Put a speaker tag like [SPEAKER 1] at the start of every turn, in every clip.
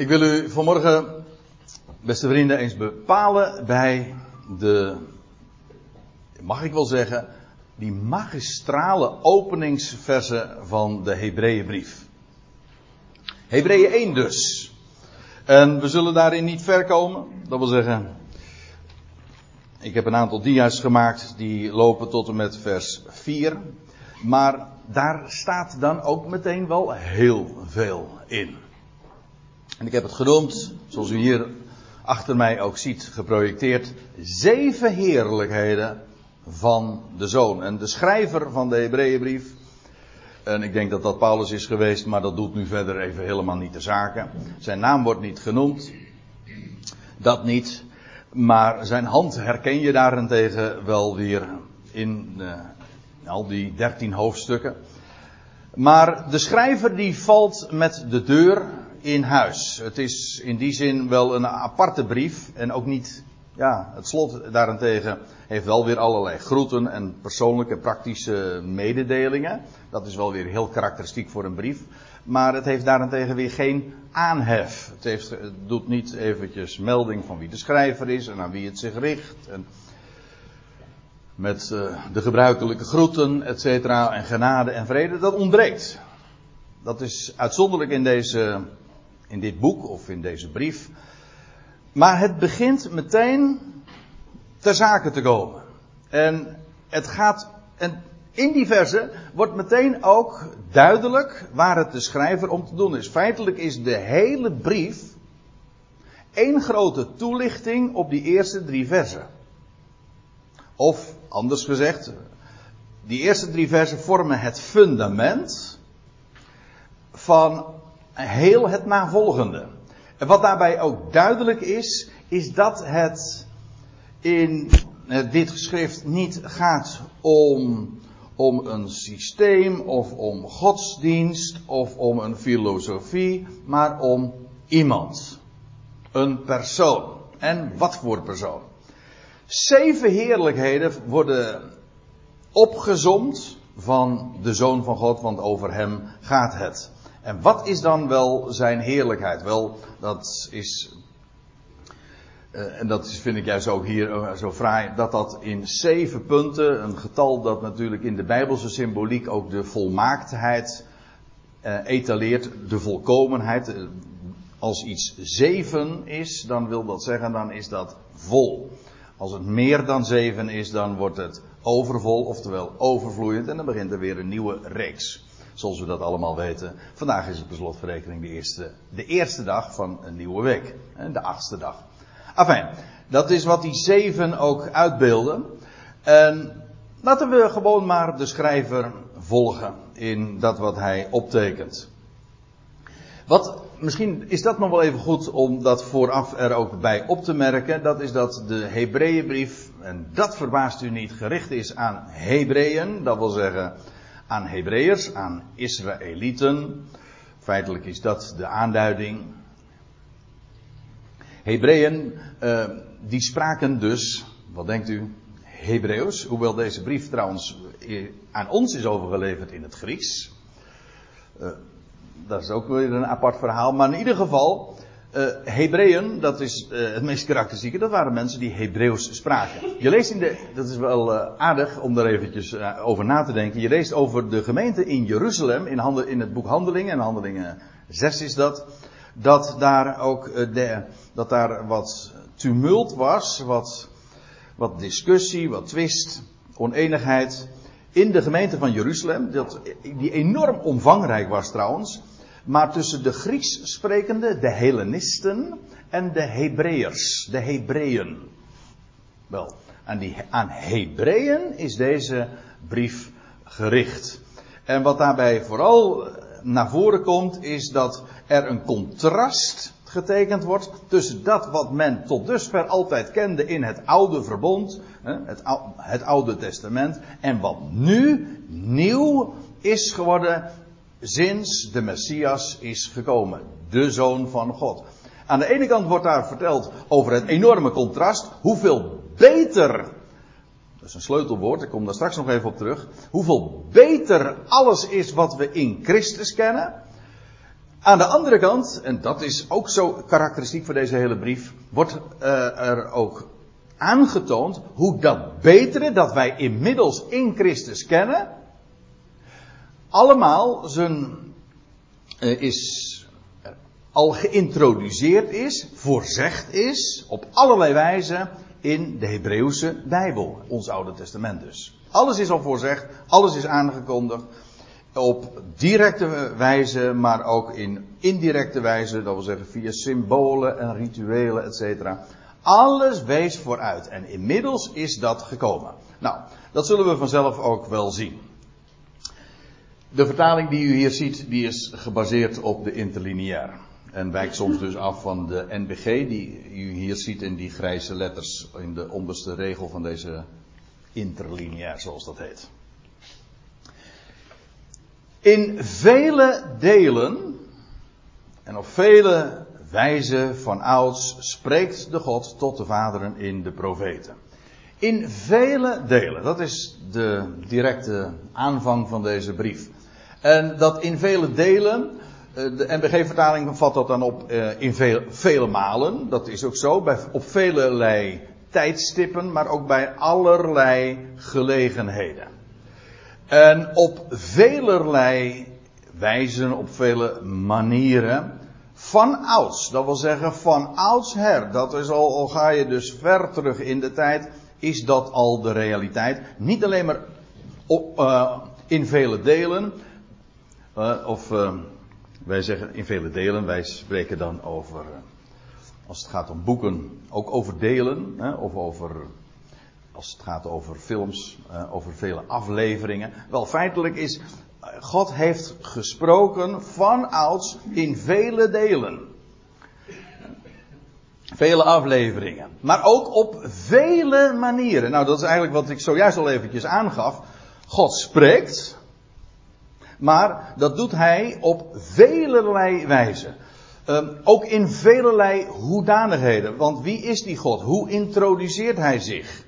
[SPEAKER 1] Ik wil u vanmorgen, beste vrienden, eens bepalen bij de, mag ik wel zeggen, die magistrale openingsversen van de Hebreeënbrief. Hebreeën 1 dus. En we zullen daarin niet ver komen. Dat wil zeggen, ik heb een aantal dia's gemaakt die lopen tot en met vers 4. Maar daar staat dan ook meteen wel heel veel in. En ik heb het genoemd, zoals u hier achter mij ook ziet geprojecteerd, 7 heerlijkheden van de Zoon. En de schrijver van de Hebreeënbrief, en ik denk dat dat Paulus is geweest, maar dat doet nu verder even helemaal niet de zaken. Zijn naam wordt niet genoemd, dat niet, maar zijn hand herken je daarentegen wel weer in al die 13 hoofdstukken. Maar de schrijver die valt met de deur in huis. Het is in die zin wel een aparte brief en ook niet, ja, het slot daarentegen heeft wel weer allerlei groeten en persoonlijke praktische mededelingen. Dat is wel weer heel karakteristiek voor een brief. Maar het heeft daarentegen weer geen aanhef. Het doet niet eventjes melding van wie de schrijver is en aan wie het zich richt. En met de gebruikelijke groeten, et cetera, en genade en vrede, dat ontbreekt. Dat is uitzonderlijk in dit boek of in deze brief. Maar het begint meteen ter zake te komen. En in die verse wordt meteen ook duidelijk waar het de schrijver om te doen is. Feitelijk is de hele brief één grote toelichting op die eerste 3 versen. Of, anders gezegd, die eerste 3 versen vormen het fundament van heel het navolgende. En wat daarbij ook duidelijk is dat het in dit geschrift niet gaat om een systeem of om godsdienst of om een filosofie, maar om iemand. Een persoon. En wat voor persoon? 7 heerlijkheden worden opgezomd van de Zoon van God, want over hem gaat het. En wat is dan wel zijn heerlijkheid? Wel, dat is, en dat vind ik juist ook hier zo fraai, dat in 7 punten, een getal dat natuurlijk in de Bijbelse symboliek ook de volmaaktheid etaleert, de volkomenheid. Als iets 7 is, dan wil dat zeggen, dan is dat vol. Als het meer dan 7 is, dan wordt het overvol, oftewel overvloeiend, en dan begint er weer een nieuwe reeks. Zoals we dat allemaal weten. Vandaag is het per slotverrekening de eerste dag van een nieuwe week. De 8e dag. Afijn, dat is wat die 7 ook uitbeelden. En laten we gewoon maar de schrijver volgen in dat wat hij optekent. Misschien is dat nog wel even goed om dat vooraf er ook bij op te merken. Dat is dat de Hebreeënbrief, en dat verbaast u niet, gericht is aan Hebreeën. Dat wil zeggen aan Hebreërs, aan Israëlieten. Feitelijk is dat de aanduiding. Hebreeën, die spraken dus, wat denkt u, Hebreeuws. Hoewel deze brief trouwens aan ons is overgeleverd in het Grieks. Dat is ook weer een apart verhaal. Maar in ieder geval, Hebreeën, dat is het meest karakteristieke, dat waren mensen die Hebreeuws spraken. Je leest dat is wel aardig om daar eventjes over na te denken. Je leest over de gemeente in Jeruzalem, in het boek Handelingen, en Handelingen 6 is dat daar ook dat daar wat tumult was, wat discussie, wat twist, oneenigheid in de gemeente van Jeruzalem, die enorm omvangrijk was trouwens, maar tussen de Grieks sprekende, de Hellenisten en de Hebreërs, de Hebreeën. Wel, aan Hebreeën is deze brief gericht. En wat daarbij vooral naar voren komt, is dat er een contrast getekend wordt tussen dat wat men tot dusver altijd kende in het oude verbond, het oude testament, en wat nu nieuw is geworden sinds de Messias is gekomen, de Zoon van God. Aan de ene kant wordt daar verteld over het enorme contrast, hoeveel beter, dat is een sleutelwoord, ik kom daar straks nog even op terug, hoeveel beter alles is wat we in Christus kennen. Aan de andere kant, en dat is ook zo karakteristiek voor deze hele brief, wordt er ook aangetoond hoe dat betere dat wij inmiddels in Christus kennen, allemaal al geïntroduceerd is, voorzegd is, op allerlei wijzen in de Hebreeuwse Bijbel, ons Oude Testament dus. Alles is al voorzegd, alles is aangekondigd, op directe wijze, maar ook in indirecte wijze, dat wil zeggen via symbolen en rituelen, etc. Alles wees vooruit en inmiddels is dat gekomen. Nou, dat zullen we vanzelf ook wel zien. De vertaling die u hier ziet, die is gebaseerd op de interlineair. En wijkt soms dus af van de NBG, die u hier ziet in die grijze letters in de onderste regel van deze interlineair, zoals dat heet. In vele delen en op vele wijzen van ouds spreekt de God tot de vaderen in de profeten. In vele delen, dat is de directe aanvang van deze brief. En dat in vele delen, de NBG-vertaling vat dat dan op in vele malen. Dat is ook zo, op velelei tijdstippen, maar ook bij allerlei gelegenheden. En op velerlei wijzen, op vele manieren, van ouds. Dat wil zeggen van oudsher. Dat is al ga je dus ver terug in de tijd, is dat al de realiteit. Niet alleen maar in vele delen, wij zeggen in vele delen, wij spreken dan over, als het gaat om boeken, ook over delen, of over, als het gaat over films, over vele afleveringen. Wel, feitelijk is, God heeft gesproken van ouds in vele delen. Vele afleveringen. Maar ook op vele manieren. Nou, dat is eigenlijk wat ik zojuist al eventjes aangaf. God spreekt. Maar dat doet hij op velerlei wijzen. Ook in velerlei hoedanigheden. Want wie is die God? Hoe introduceert hij zich?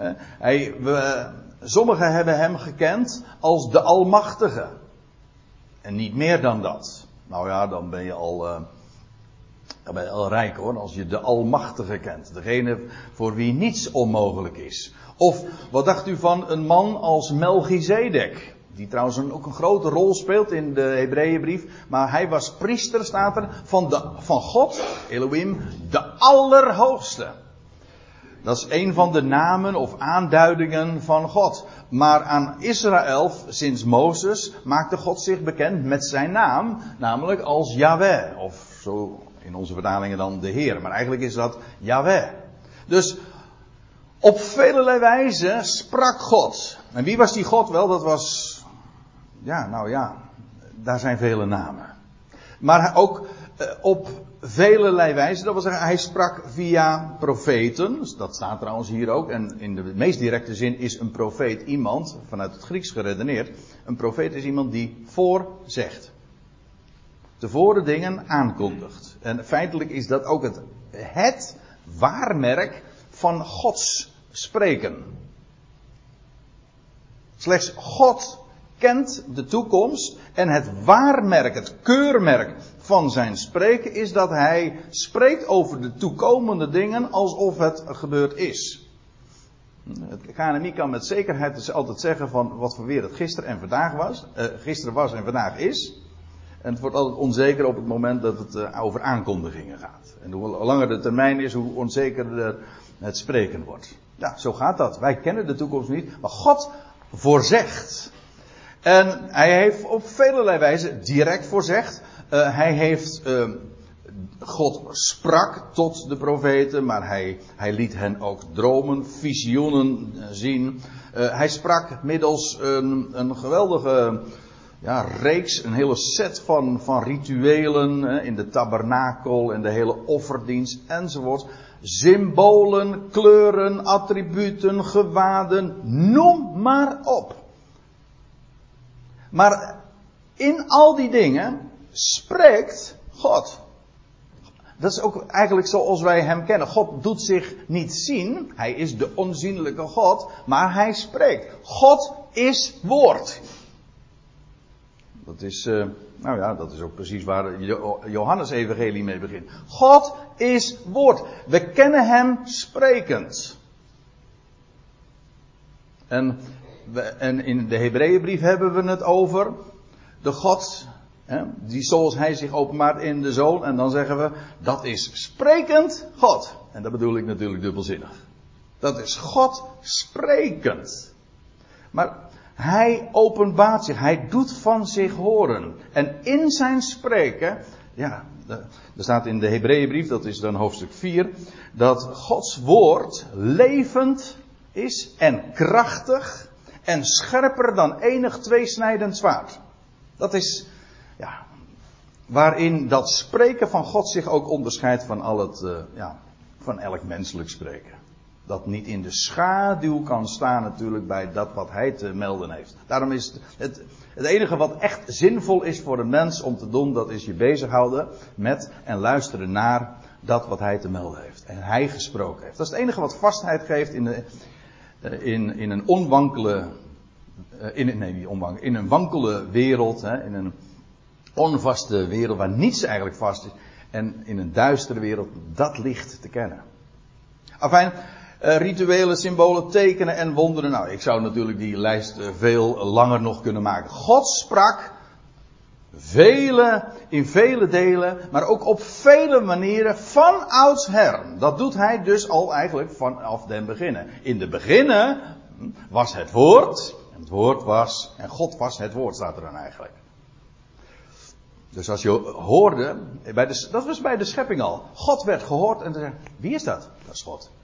[SPEAKER 1] Sommigen hebben hem gekend als de Almachtige. En niet meer dan dat. Nou ja, dan ben je al rijk hoor. Als je de Almachtige kent. Degene voor wie niets onmogelijk is. Of wat dacht u van een man als Melchizedek? Die trouwens ook een grote rol speelt in de Hebreeënbrief. Maar hij was priester, staat er, van God, Elohim, de Allerhoogste. Dat is een van de namen of aanduidingen van God. Maar aan Israël, sinds Mozes, maakte God zich bekend met zijn naam. Namelijk als Yahweh. Of zo in onze vertalingen dan de Heer. Maar eigenlijk is dat Yahweh. Dus op velelei wijze sprak God. En wie was die God? Wel, dat was... daar zijn vele namen. Maar ook op velelei wijze, dat wil zeggen, hij sprak via profeten. Dat staat trouwens hier ook. En in de meest directe zin is een profeet iemand, vanuit het Grieks geredeneerd, een profeet is iemand die voorzegt. Tevoren dingen aankondigt. En feitelijk is dat ook het waarmerk van Gods spreken. Slechts God kent de toekomst en het waarmerk, het keurmerk van zijn spreken is dat hij spreekt over de toekomende dingen alsof het gebeurd is. Het KNMI kan met zekerheid dus altijd zeggen van wat voor weer het gisteren was en vandaag is. En het wordt altijd onzeker op het moment dat het over aankondigingen gaat. En hoe langer de termijn is, hoe onzekerder het spreken wordt. Ja, zo gaat dat. Wij kennen de toekomst niet, maar God voorzegt. En hij heeft op velelei wijze direct voorzegd. God sprak tot de profeten, maar hij liet hen ook dromen, visioenen zien. Hij sprak middels een geweldige reeks, een hele set van rituelen in de tabernakel en de hele offerdienst enzovoort. Symbolen, kleuren, attributen, gewaden, noem maar op. Maar in al die dingen spreekt God. Dat is ook eigenlijk zoals wij hem kennen. God doet zich niet zien. Hij is de onzienlijke God. Maar hij spreekt. God is woord. Dat is Nou ja, dat is ook precies waar Johannes evangelie mee begint. God is woord. We kennen hem sprekend. En in de Hebreeënbrief hebben we het over de God, die zoals hij zich openbaart in de Zoon. En dan zeggen we, dat is sprekend God. En dat bedoel ik natuurlijk dubbelzinnig. Dat is God sprekend. Maar hij openbaart zich, hij doet van zich horen. En in zijn spreken, ja, er staat in de Hebreeënbrief, dat is dan hoofdstuk 4, dat Gods woord levend is en krachtig en scherper dan enig tweesnijdend zwaard. Dat is, ja, waarin dat spreken van God zich ook onderscheidt van van elk menselijk spreken. Dat niet in de schaduw kan staan natuurlijk bij dat wat hij te melden heeft. Daarom is het enige wat echt zinvol is voor een mens om te doen, dat is je bezighouden met en luisteren naar dat wat hij te melden heeft. En hij gesproken heeft. Dat is het enige wat vastheid geeft in een onwankele, in een wankele wereld, in een onvaste wereld waar niets eigenlijk vast is. En in een duistere wereld dat licht te kennen. Afijn, rituelen, symbolen, tekenen en wonderen. Nou, ik zou natuurlijk die lijst veel langer nog kunnen maken. God sprak in vele delen, maar ook op vele manieren van oudsher. Dat doet hij dus al eigenlijk vanaf den beginnen. In de beginnen was het woord, en het woord was, en God was het woord, staat er dan eigenlijk. Dus als je hoorde, dat was bij de schepping al. God werd gehoord en zei, wie is dat? Dat is God.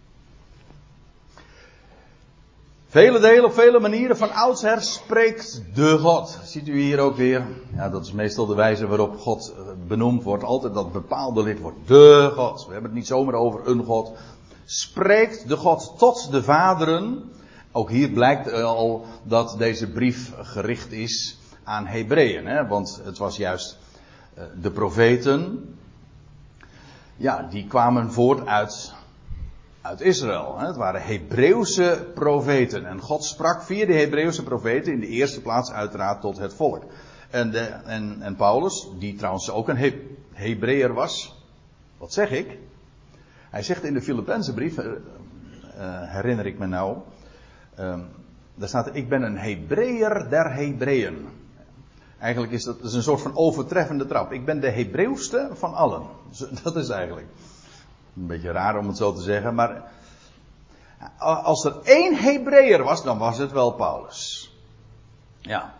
[SPEAKER 1] Vele delen, op vele manieren, van oudsher spreekt de God. Ziet u hier ook weer. Ja, dat is meestal de wijze waarop God benoemd wordt. Altijd dat bepaalde lidwoord. De God. We hebben het niet zomaar over een God. Spreekt de God tot de vaderen. Ook hier blijkt al dat deze brief gericht is aan Hebreeën. Hè? Want het was juist de profeten. Ja, die kwamen voort uit Israël. Het waren Hebreeuwse profeten. En God sprak via de Hebreeuwse profeten in de eerste plaats uiteraard tot het volk. En Paulus, die trouwens ook een Hebreeër was. Wat zeg ik? Hij zegt in de Filippenzenbrief, herinner ik me nou. Daar staat er, ik ben een Hebreeër der Hebreeën. Eigenlijk is dat een soort van overtreffende trap. Ik ben de Hebreeuwste van allen. Dat is eigenlijk een beetje raar om het zo te zeggen. Maar als er één Hebreeër was, dan was het wel Paulus. Ja.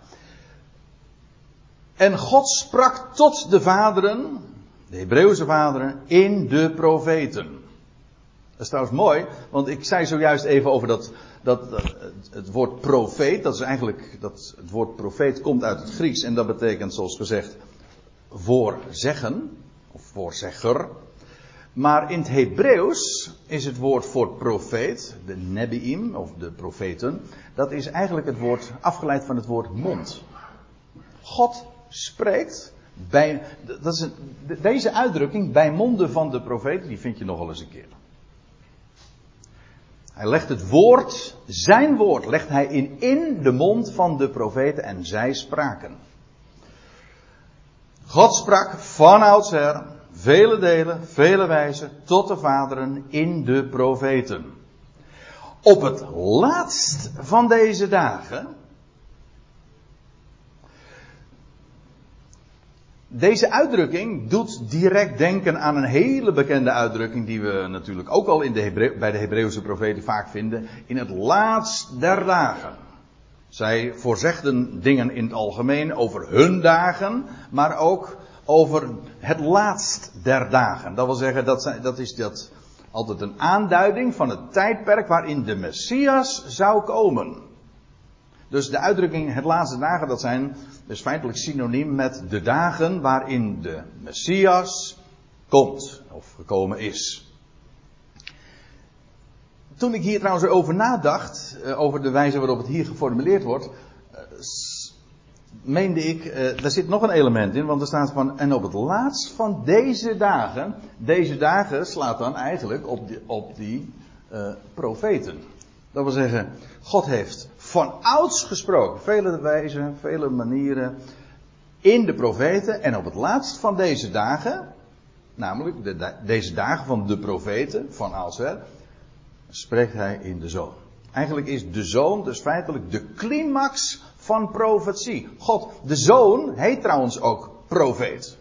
[SPEAKER 1] En God sprak tot de vaderen, de Hebreeuwse vaderen, in de profeten. Dat is trouwens mooi, want ik zei zojuist even over het woord profeet. Dat is eigenlijk, het woord profeet komt uit het Grieks en dat betekent zoals gezegd voorzeggen, of voorzegger. Maar in het Hebreeuws is het woord voor profeet, de nebiim, of de profeten, dat is eigenlijk het woord, afgeleid van het woord mond. God spreekt, deze uitdrukking, bij monden van de profeten, die vind je nog wel eens een keer. Hij legt het woord, zijn woord, legt hij in de mond van de profeten en zij spraken. God sprak van oudsher, vele delen, vele wijzen, tot de vaderen in de profeten. Op het laatst van deze dagen. Deze uitdrukking doet direct denken aan een hele bekende uitdrukking die we natuurlijk ook al bij de Hebreeuwse profeten vaak vinden. In het laatst der dagen. Zij voorzegden dingen in het algemeen over hun dagen, maar ook over het laatst der dagen. Dat wil zeggen, dat is altijd een aanduiding van het tijdperk waarin de Messias zou komen. Dus de uitdrukking het laatste dagen, dat zijn dus feitelijk synoniem met de dagen waarin de Messias komt, of gekomen is. Toen ik hier trouwens over nadacht, over de wijze waarop het hier geformuleerd wordt, meende ik, daar zit nog een element in, want er staat van, en op het laatst van deze dagen slaat dan eigenlijk op die profeten. Dat wil zeggen, God heeft van ouds gesproken, vele wijzen, vele manieren, in de profeten en op het laatst van deze dagen, namelijk deze dagen van de profeten, van Aalswer, spreekt hij in de Zoon. Eigenlijk is de Zoon dus feitelijk de climax van profetie. God, de Zoon, heet trouwens ook profeet.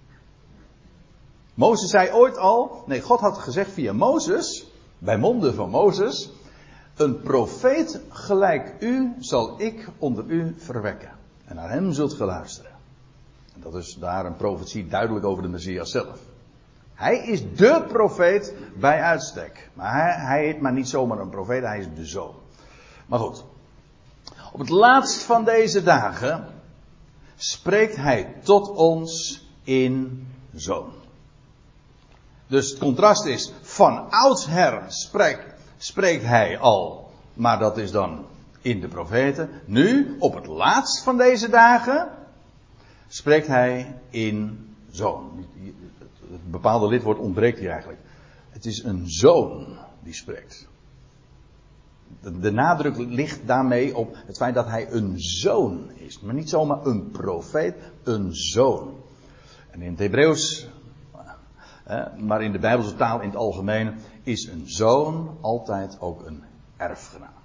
[SPEAKER 1] Mozes zei ooit al, God had gezegd via Mozes, bij monden van Mozes, een profeet gelijk u zal ik onder u verwekken. En naar hem zult ge luisteren. En dat is daar een profetie duidelijk over de Messias zelf. Hij is de profeet bij uitstek. Maar hij heet maar niet zomaar een profeet, hij is de Zoon. Maar goed. Op het laatst van deze dagen spreekt hij tot ons in Zoon. Dus het contrast is, van oudsher spreekt hij al, maar dat is dan in de profeten. Nu, op het laatst van deze dagen, spreekt hij in Zoon. Het bepaalde lidwoord ontbreekt hier eigenlijk. Het is een Zoon die spreekt. De nadruk ligt daarmee op het feit dat hij een zoon is. Maar niet zomaar een profeet, een zoon. En in het Hebreeuws, maar in de Bijbelse taal in het algemeen, is een zoon altijd ook een erfgenaam.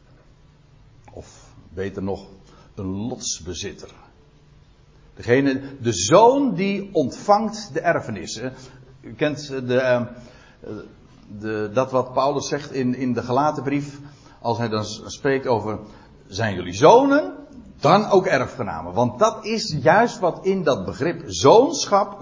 [SPEAKER 1] Of beter nog, een lotsbezitter. De zoon die ontvangt de erfenis. U kent dat wat Paulus zegt in de Galatenbrief. Als hij dan spreekt over, zijn jullie zonen, dan ook erfgenamen. Want dat is juist wat in dat begrip zoonschap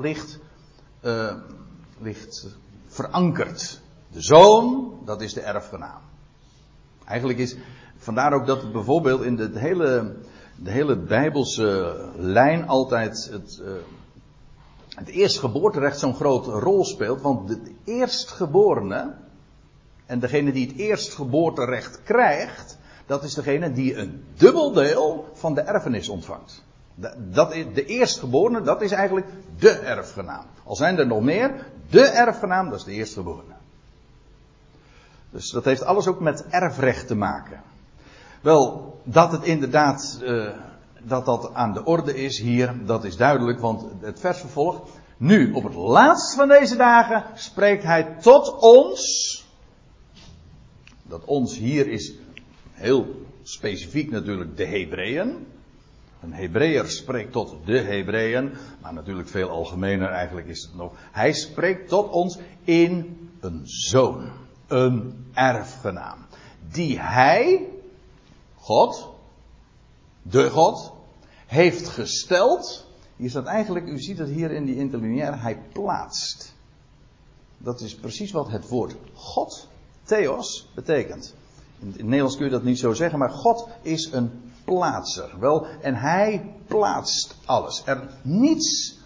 [SPEAKER 1] ligt verankerd. De zoon, dat is de erfgenaam. Eigenlijk is, vandaar ook dat bijvoorbeeld in de hele Bijbelse lijn altijd het eerstgeboorterecht zo'n grote rol speelt. Want de eerstgeborene, en degene die het eerstgeboorterecht krijgt, dat is degene die een dubbel deel van de erfenis ontvangt. De eerstgeborene, dat is eigenlijk de erfgenaam. Al zijn er nog meer, de erfgenaam, dat is de eerstgeborene. Dus dat heeft alles ook met erfrecht te maken. Wel, dat het inderdaad, dat aan de orde is hier, dat is duidelijk, want het vers vervolgt. Nu, op het laatst van deze dagen, spreekt hij tot ons. Dat ons hier is heel specifiek natuurlijk de Hebreeën. Een Hebreeër spreekt tot de Hebreeën, maar natuurlijk veel algemener eigenlijk is het nog. Hij spreekt tot ons in een zoon, een erfgenaam, die hij, God, de God, heeft gesteld. Hier staat eigenlijk, u ziet het hier in die interlineair, hij plaatst. Dat is precies wat het woord God, Theos, betekent. In het Nederlands kun je dat niet zo zeggen, maar God is een plaatser. Wel, en hij plaatst alles. Er niets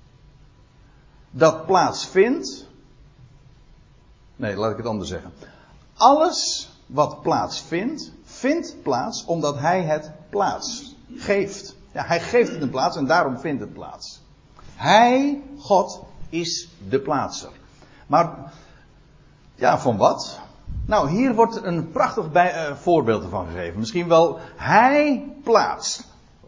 [SPEAKER 1] dat plaatsvindt. Nee, laat ik het anders zeggen. Alles wat plaatsvindt, vindt plaats omdat hij het plaats geeft. Ja, hij geeft het een plaats en daarom vindt het plaats. Hij, God, is de plaatser. Maar, ja, van wat? Nou, hier wordt een prachtig voorbeeld ervan gegeven. Misschien wel, hij plaatst.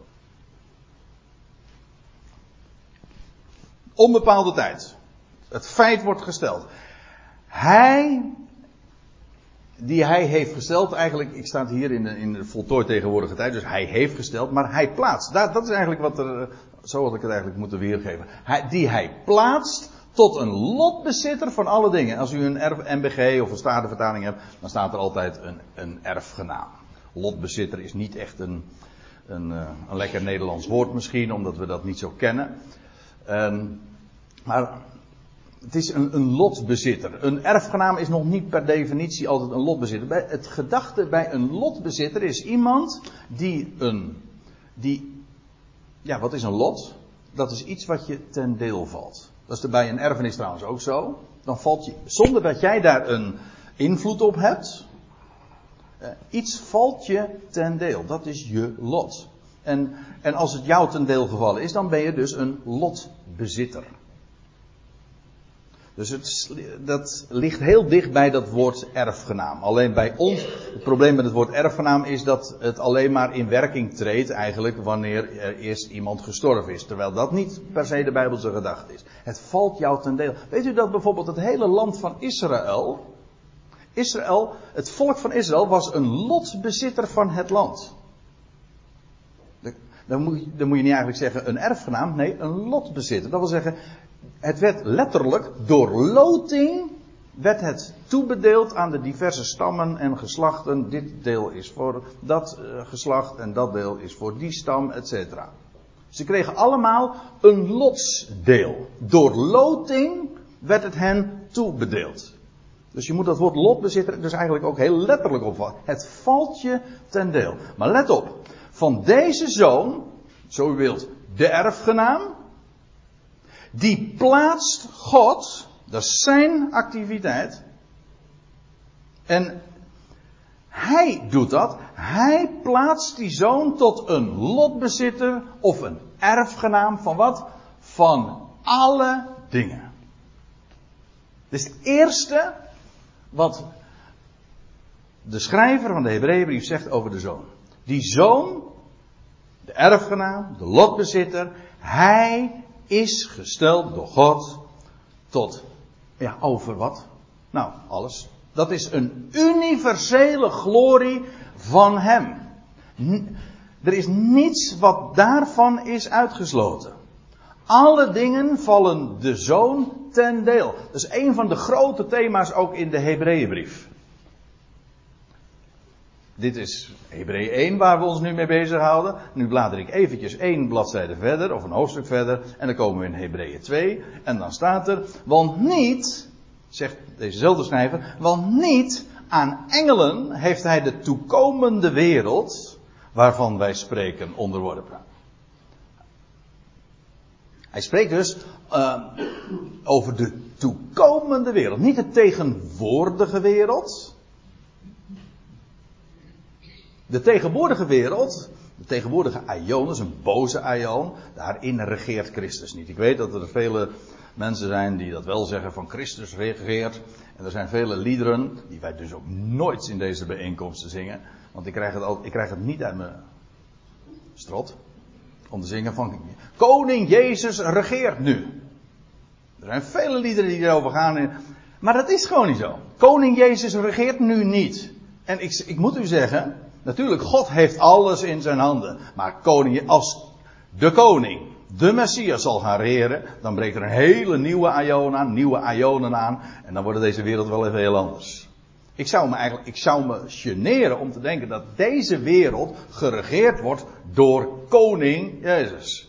[SPEAKER 1] Onbepaalde tijd. Het feit wordt gesteld. Hij, die hij heeft gesteld, eigenlijk, ik sta hier in de voltooid tegenwoordige tijd, dus hij heeft gesteld, maar hij plaatst. Dat is eigenlijk zo had ik het eigenlijk moeten weergeven. Die hij plaatst tot een lotbezitter van alle dingen. Als u een MBG of een Statenvertaling hebt, dan staat er altijd een erfgenaam. Lotbezitter is niet echt een lekker Nederlands woord misschien, omdat we dat niet zo kennen. Maar het is een lotbezitter. Een erfgenaam is nog niet per definitie altijd een lotbezitter. Het gedachte bij een lotbezitter is iemand ja, wat is een lot? Dat is iets wat je ten deel valt. Dat is er bij een erfenis trouwens ook zo. Dan valt je, zonder dat jij daar een invloed op hebt, iets valt je ten deel. Dat is je lot. En als het jou ten deel gevallen is, dan ben je dus een lotbezitter. Dus dat ligt heel dicht bij dat woord erfgenaam. Alleen bij ons, het probleem met het woord erfgenaam is dat het alleen maar in werking treedt eigenlijk wanneer er eerst iemand gestorven is. Terwijl dat niet per se de Bijbelse gedachte is. Het valt jou ten deel. Weet u dat bijvoorbeeld het hele land van Israël, het volk van Israël was een lotbezitter van het land. Dan moet je niet eigenlijk zeggen een erfgenaam, nee, een lotbezitter. Dat wil zeggen, het werd letterlijk door loting werd het toebedeeld aan de diverse stammen en geslachten. Dit deel is voor dat geslacht en dat deel is voor die stam, etc. Ze kregen allemaal een lotsdeel. Door loting werd het hen toebedeeld. Dus je moet dat woord lotbezitter dus eigenlijk ook heel letterlijk opvatten. Het valt je ten deel. Maar let op, van deze zoon, zo u wilt, de erfgenaam, die plaatst God, dat is zijn activiteit. En hij doet dat. Hij plaatst die zoon tot een lotbezitter of een erfgenaam van wat? Van alle dingen. Dus het eerste wat de schrijver van de Hebreeënbrief zegt over de zoon. Die zoon, de erfgenaam, de lotbezitter, hij is gesteld door God tot, ja, over wat? Nou, alles. Dat is een universele glorie van hem. Er is niets wat daarvan is uitgesloten. Alle dingen vallen de zoon ten deel. Dat is een van de grote thema's ook in de Hebreeënbrief. Dit is Hebreeën 1 waar we ons nu mee bezighouden. Nu blader ik eventjes 1 bladzijde verder, of een hoofdstuk verder. En dan komen we in Hebreeën 2. En dan staat er, want niet, zegt dezezelfde schrijver, want niet aan engelen heeft hij de toekomende wereld, waarvan wij spreken, onderworpen. Hij spreekt dus over de toekomende wereld. Niet de tegenwoordige wereld. De tegenwoordige wereld, de tegenwoordige aion, is een boze aion. Daarin regeert Christus niet. Ik weet dat er vele mensen zijn die dat wel zeggen van Christus regeert. En er zijn vele liederen, die wij dus ook nooit in deze bijeenkomsten zingen. Want ik krijg het niet uit mijn strot. Om te zingen van Koning Jezus regeert nu. Er zijn vele liederen die erover gaan. Maar dat is gewoon niet zo. Koning Jezus regeert nu niet. En ik moet u zeggen, natuurlijk, God heeft alles in zijn handen. Maar als de koning, de Messias zal gaan regeren, dan breekt er een hele nieuwe aion aan, nieuwe aionen aan. En dan wordt deze wereld wel even heel anders. Ik zou me generen om te denken dat deze wereld geregeerd wordt door koning Jezus.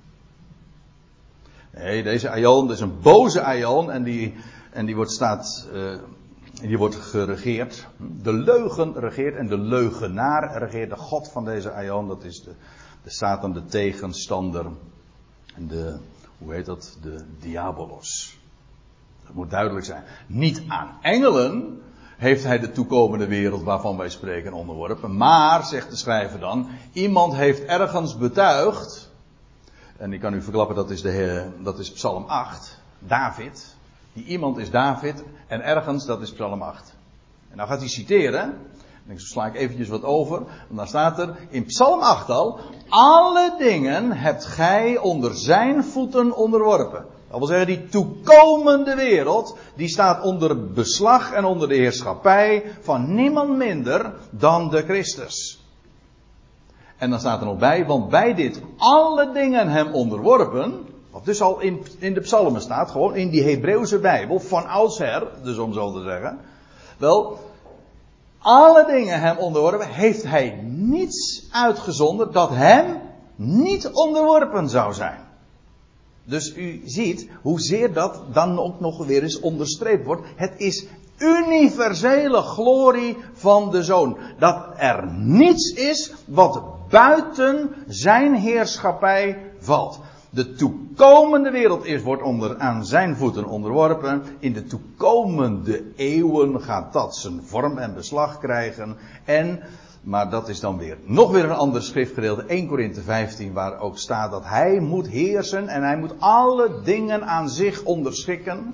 [SPEAKER 1] Nee, deze aion is een boze aion en die wordt geregeerd. De leugen regeert en de leugenaar regeert. De god van deze aion, dat is de Satan, de tegenstander. En de diabolos. Dat moet duidelijk zijn. Niet aan engelen heeft hij de toekomende wereld waarvan wij spreken onderworpen. Maar, zegt de schrijver dan, iemand heeft ergens betuigd. En ik kan u verklappen, dat is Psalm 8. David. Die iemand is David. En ergens, dat is Psalm 8. En nou gaat hij citeren. En dan sla ik eventjes wat over. En dan staat er in Psalm 8 al. Alle dingen hebt gij onder zijn voeten onderworpen. Dat wil zeggen, die toekomende wereld, die staat onder beslag en onder de heerschappij van niemand minder dan de Christus. En dan staat er nog bij, want bij dit alle dingen hem onderworpen, wat dus al in de psalmen staat, gewoon in die Hebreeuwse Bijbel, van oudsher, dus om zo te zeggen. Wel, alle dingen hem onderworpen, heeft hij niets uitgezonderd dat hem niet onderworpen zou zijn. Dus u ziet hoezeer dat dan ook nog weer eens onderstreept wordt. Het is universele glorie van de Zoon. Dat er niets is wat buiten zijn heerschappij valt. De toekomende wereld wordt aan zijn voeten onderworpen. In de toekomende eeuwen gaat dat zijn vorm en beslag krijgen. Maar dat is dan nog weer een ander schriftgedeelte, 1 Korinthe 15, waar ook staat dat hij moet heersen en hij moet alle dingen aan zich onderschikken.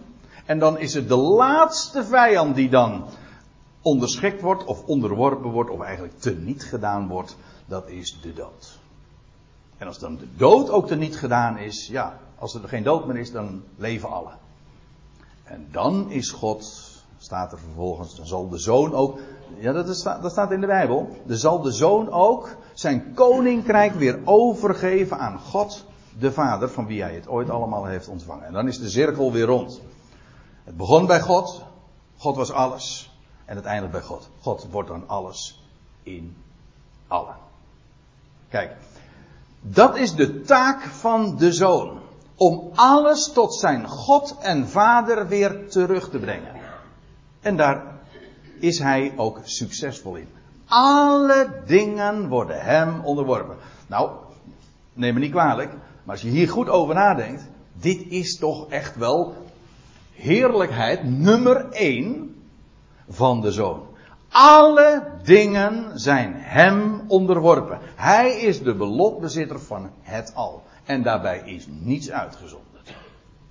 [SPEAKER 1] En dan is het de laatste vijand die dan onderschikt wordt of onderworpen wordt of eigenlijk teniet gedaan wordt. Dat is de dood. En als dan de dood ook teniet gedaan is, ja, als er geen dood meer is, dan leven alle. En dan is God, staat er vervolgens, dan zal de zoon ook, ja dat staat in de Bijbel, dan zal de zoon ook zijn koninkrijk weer overgeven aan God de Vader, van wie hij het ooit allemaal heeft ontvangen. En dan is de cirkel weer rond. Het begon bij God, God was alles, en het eindigt bij God. God wordt dan alles in allen. Kijk, dat is de taak van de zoon. Om alles tot zijn God en Vader weer terug te brengen. En daar is hij ook succesvol in. Alle dingen worden hem onderworpen. Nou, neem me niet kwalijk, maar als je hier goed over nadenkt, dit is toch echt wel heerlijkheid nummer 1 van de zoon. Alle dingen zijn hem onderworpen. Hij is de belotbezitter van het al. En daarbij is niets uitgezonderd. Dat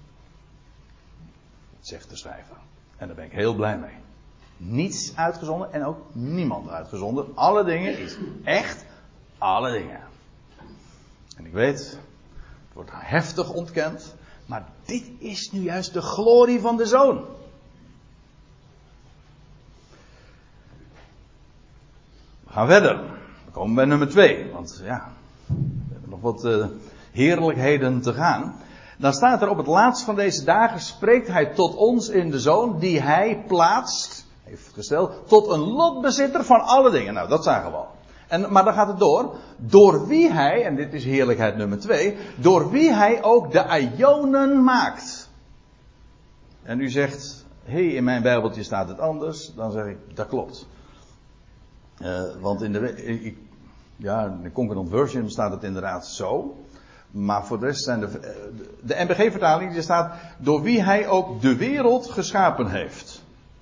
[SPEAKER 1] zegt de schrijver. En daar ben ik heel blij mee. Niets uitgezonderd en ook niemand uitgezonderd. Alle dingen is echt alle dingen. En ik weet, het wordt heftig ontkend. Maar dit is nu juist de glorie van de zoon. We gaan verder. We komen bij nummer 2. Want ja, we hebben nog wat heerlijkheden te gaan. Dan staat er op het laatst van deze dagen spreekt hij tot ons in de zoon die hij plaatst, heeft gesteld, tot een lotbezitter van alle dingen. Nou, dat zagen we al. Maar dan gaat het door wie hij, en dit is heerlijkheid nummer 2, door wie hij ook de aionen maakt. En u zegt, in mijn Bijbeltje staat het anders. Dan zeg ik, dat klopt. Want in de Concordant Version staat het inderdaad zo. Maar voor de rest zijn de NBG-vertaling, die staat, door wie hij ook de wereld geschapen heeft.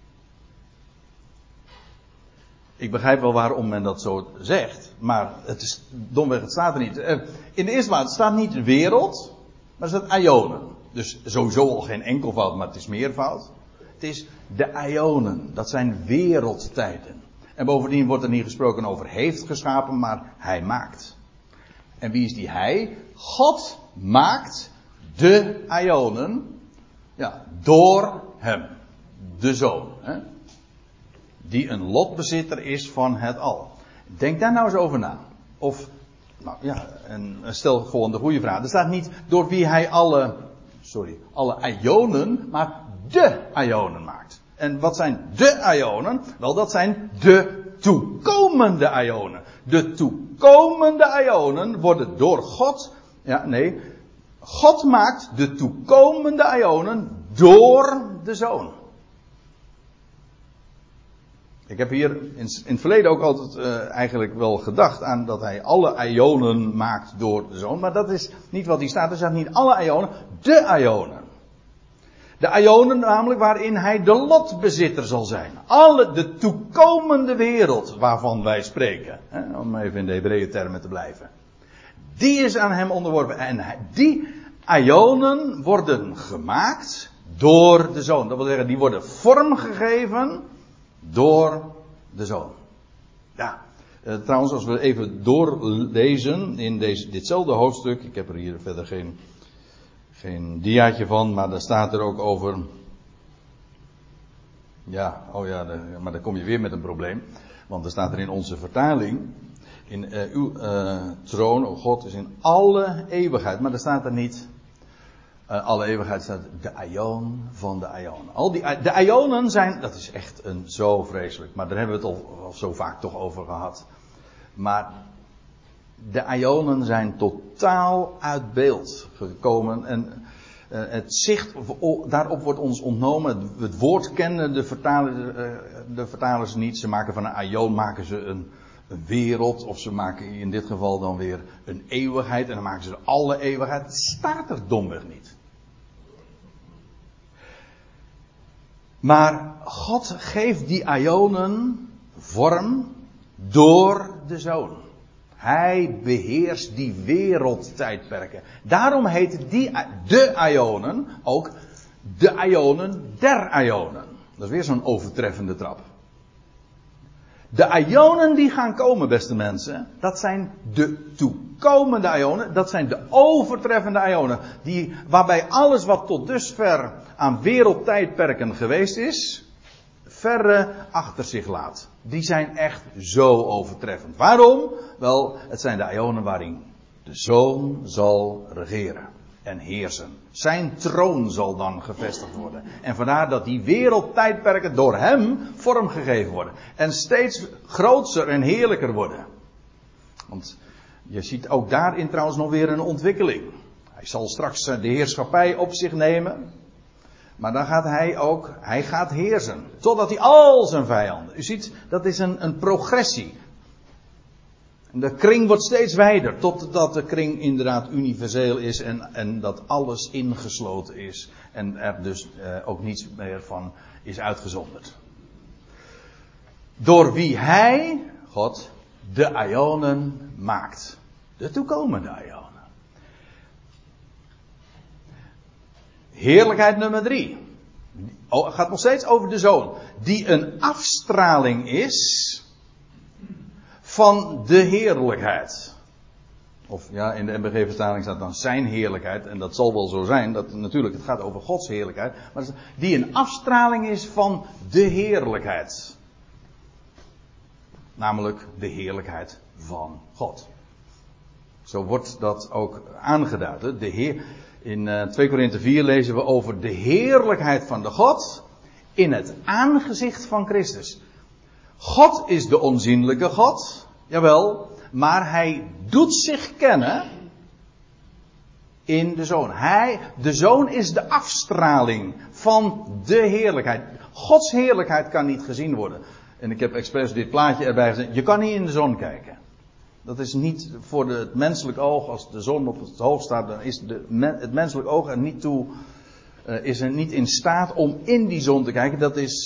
[SPEAKER 1] Ik begrijp wel waarom men dat zo zegt, maar het is domweg, het staat er niet. In de eerste plaats staat niet wereld, maar er staat aionen. Dus sowieso al geen enkelvoud, maar het is meervoud. Het is de aionen, dat zijn wereldtijden. En bovendien wordt er niet gesproken over heeft geschapen, maar hij maakt. En wie is die hij? God maakt de aionen, ja, door hem, de zoon. Hè? Die een lotbezitter is van het al. Denk daar nou eens over na. Of, nou ja, en stel gewoon de goede vraag. Er staat niet door wie hij alle aionen, maar de aionen maakt. En wat zijn de aionen? Wel, dat zijn de toekomende aionen. De toekomende aionen worden door God, God maakt de toekomende aionen door de zoon. Ik heb hier in het verleden ook altijd eigenlijk wel gedacht aan dat hij alle aionen maakt door de zoon. Maar dat is niet wat hier staat. Er staat niet alle aionen, de aionen. De aionen namelijk waarin hij de lotbezitter zal zijn. De toekomende wereld waarvan wij spreken. Hè, om even in de Hebreeën termen te blijven. Die is aan hem onderworpen. En die aionen worden gemaakt door de zoon. Dat wil zeggen, die worden vormgegeven door de zoon. Ja, trouwens, als we even doorlezen in ditzelfde hoofdstuk. Ik heb er hier verder geen diaatje van, maar daar staat er ook over. Maar dan kom je weer met een probleem. Want er staat er in onze vertaling. In uw troon, o God, is in alle eeuwigheid. Maar er staat er niet. Alle eeuwigheid staat de aion van de aionen. De aionen zijn, dat is echt zo vreselijk. Maar daar hebben we het al zo vaak toch over gehad. Maar de aionen zijn totaal uit beeld gekomen. En het zicht daarop wordt ons ontnomen. Het woord kennen de vertalers niet. Ze maken van een aion een wereld. Of ze maken in dit geval dan weer een eeuwigheid. En dan maken ze alle eeuwigheid. Het staat er domweg niet. Maar God geeft die aionen vorm door de zoon. Hij beheerst die wereldtijdperken. Daarom heet de aionen ook de aionen der aionen. Dat is weer zo'n overtreffende trap. De aionen die gaan komen, beste mensen, dat zijn de toekomende aionen. Dat zijn de overtreffende aionen. Waarbij alles wat tot dusver aan wereldtijdperken geweest is, verre achter zich laat. Die zijn echt zo overtreffend. Waarom? Wel, het zijn de aionen waarin de Zoon zal regeren en heersen. Zijn troon zal dan gevestigd worden. En vandaar dat die wereldtijdperken door hem vormgegeven worden. En steeds groter en heerlijker worden. Want je ziet ook daarin trouwens nog weer een ontwikkeling. Hij zal straks de heerschappij op zich nemen. Maar dan gaat hij gaat heersen. Totdat hij al zijn vijanden. U ziet, dat is een progressie. De kring wordt steeds wijder, totdat de kring inderdaad universeel is en dat alles ingesloten is. En er dus ook niets meer van is uitgezonderd. Door wie hij, God, de aionen maakt. De toekomende aionen. Heerlijkheid nummer 3. Het gaat nog steeds over de Zoon. Die een afstraling is van de heerlijkheid. Of ja, in de MBG-vertaling staat dan zijn heerlijkheid. En dat zal wel zo zijn. Natuurlijk, het gaat over Gods heerlijkheid. Maar die een afstraling is van de heerlijkheid. Namelijk de heerlijkheid van God. Zo wordt dat ook aangeduid. Hè? In 2 Korinthe 4 lezen we over de heerlijkheid van de God in het aangezicht van Christus. God is de onzienlijke God, jawel, maar hij doet zich kennen in de Zoon. De Zoon is de afstraling van de heerlijkheid. Gods heerlijkheid kan niet gezien worden. En ik heb expres dit plaatje erbij gezet. Je kan niet in de zon kijken. Dat is niet voor het menselijk oog. Als de zon op het hoofd staat, dan is het menselijk oog er niet toe. Is er niet in staat om in die zon te kijken.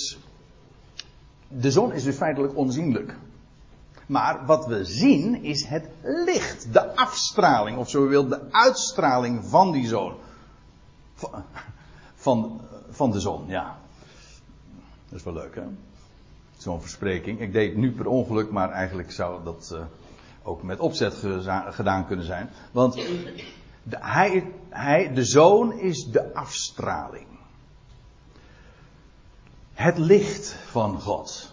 [SPEAKER 1] De zon is dus feitelijk onzienlijk. Maar wat we zien is het licht. De afstraling, of zo u wilt, de uitstraling van die zon. Van de zon, ja. Dat is wel leuk, hè? Zo'n verspreking. Ik deed het nu per ongeluk, maar eigenlijk zou dat ook met opzet gedaan kunnen zijn. Want de Zoon is de afstraling. Het licht van God.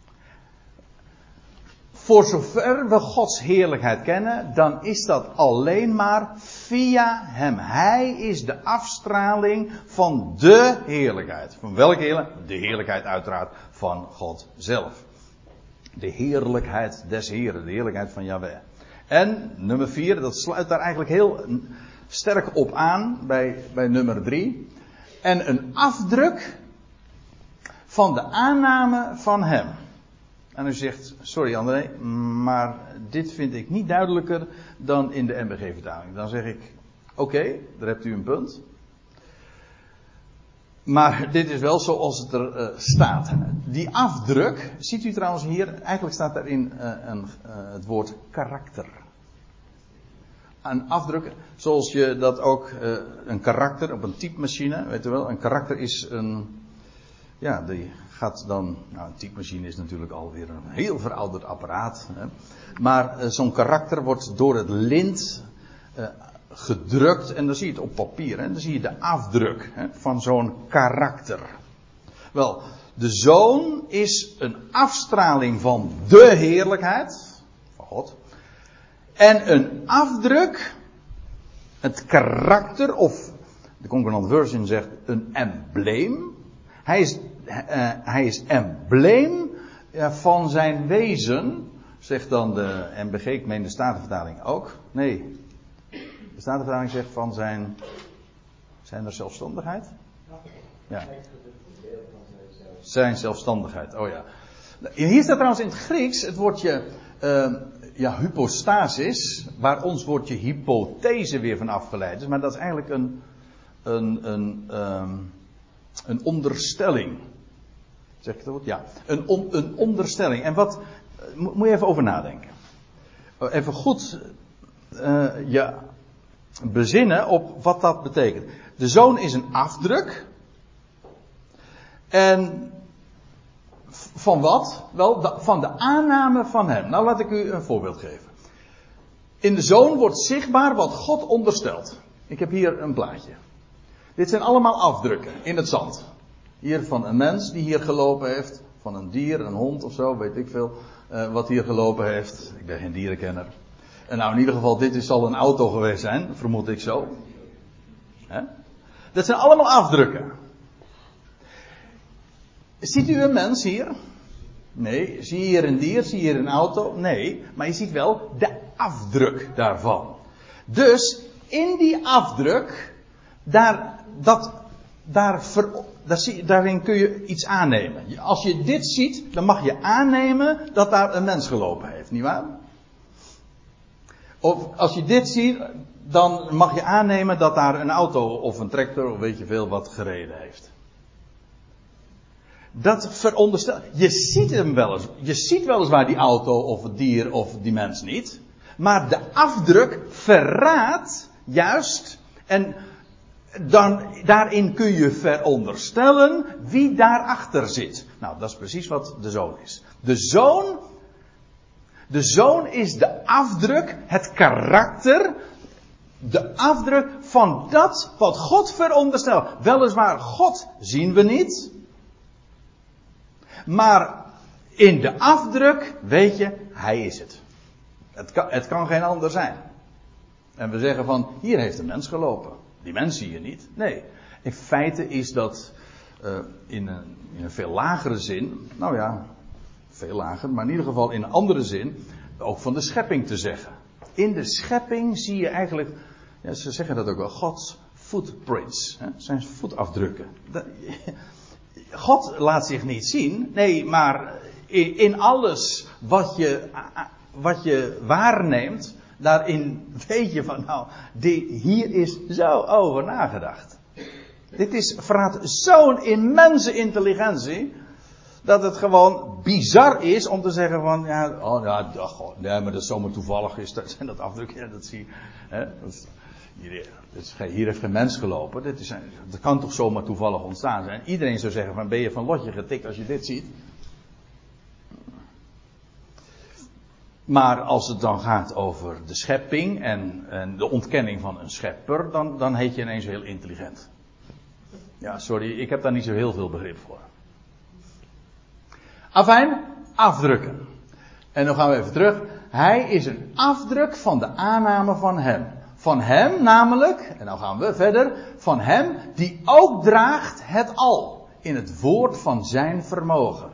[SPEAKER 1] Voor zover we Gods heerlijkheid kennen, dan is dat alleen maar via hem. Hij is de afstraling van de heerlijkheid. Van welke heerlijkheid? De heerlijkheid uiteraard van God zelf. De heerlijkheid des Heren, de heerlijkheid van Yahweh. En nummer 4, dat sluit daar eigenlijk heel sterk op aan bij nummer 3. En een afdruk van de aanname van hem. En u zegt, sorry André, maar dit vind ik niet duidelijker dan in de MBG-vertaling. Dan zeg ik, oké, daar hebt u een punt. Maar dit is wel zoals het er staat. Die afdruk, ziet u trouwens hier, eigenlijk staat daarin het woord karakter. Een afdruk, zoals je dat ook, een karakter op een typemachine, weet u wel. Een karakter is die gaat dan, een typemachine is natuurlijk alweer een heel verouderd apparaat. Hè. Maar zo'n karakter wordt door het lint gedrukt en dan zie je het op papier. Hè. Dan zie je de afdruk van zo'n karakter. Wel, de Zoon is een afstraling van de heerlijkheid van God. En een afdruk, het karakter, of de Concordant Version zegt een embleem. Hij is embleem van zijn wezen, zegt dan de MBG, ik meen de Statenvertaling ook. Nee, de Statenvertaling zegt van zijn zelfstandigheid? Ja. Zijn zelfstandigheid, oh ja. Hier staat trouwens in het Grieks het woordje hypostasis, waar ons woordje hypothese weer van afgeleid is, maar dat is eigenlijk een onderstelling. Zeg ik dat goed? Ja. Een onderstelling. En wat, moet je even over nadenken. Even goed bezinnen op wat dat betekent. De Zoon is een afdruk. En van wat? Wel, van de aanname van hem. Nou, laat ik u een voorbeeld geven. In de Zoon wordt zichtbaar wat God onderstelt. Ik heb hier een plaatje. Dit zijn allemaal afdrukken in het zand. Hier van een mens die hier gelopen heeft. Van een dier, een hond of zo, weet ik veel. Wat hier gelopen heeft. Ik ben geen dierenkenner. En nou, in ieder geval, dit zal een auto geweest zijn. Vermoed ik zo. Dat zijn allemaal afdrukken. Ziet u een mens hier? Nee. Zie je hier een dier? Zie je hier een auto? Nee. Maar je ziet wel de afdruk daarvan. Dus in die afdruk, daarin kun je iets aannemen. Als je dit ziet, dan mag je aannemen dat daar een mens gelopen heeft, nietwaar? Of als je dit ziet, dan mag je aannemen dat daar een auto of een tractor of weet je veel wat gereden heeft. Dat veronderstelt. Je ziet hem wel eens. Je ziet weliswaar die auto of het dier of die mens niet. Maar de afdruk verraadt juist. En daarin kun je veronderstellen wie daarachter zit. Nou, dat is precies wat de Zoon is. De Zoon is de afdruk, het karakter, de afdruk van dat wat God veronderstelt. Weliswaar, God zien we niet. Maar in de afdruk, weet je, hij is het. Het kan geen ander zijn. En we zeggen van, hier heeft een mens gelopen. Die mens zie je niet. Nee. In feite is dat in een veel lagere zin, nou ja, veel lager, maar in ieder geval in een andere zin, ook van de schepping te zeggen. In de schepping zie je eigenlijk, ja, ze zeggen dat ook wel, Gods footprints, zijn voetafdrukken. God laat zich niet zien, nee, maar in alles wat je waarneemt, daarin weet je van, nou, hier is zo over nagedacht. Dit verraadt zo'n immense intelligentie, dat het gewoon bizar is om te zeggen van, nee, maar dat is zomaar toevallig is, dat zijn dat afdrukken, ja, dat zie je. Hè, hier heeft geen mens gelopen, dat kan toch zomaar toevallig ontstaan zijn. Iedereen zou zeggen van, ben je van lotje getikt als je dit ziet? Maar als het dan gaat over de schepping en de ontkenning van een schepper, dan heet je ineens heel intelligent. Ja, sorry, ik heb daar niet zo heel veel begrip voor. Afijn, afdrukken. En dan gaan we even terug. Hij is een afdruk van de aanname van hem. Van hem namelijk, en dan gaan we verder, van hem die ook draagt het al in het woord van zijn vermogen.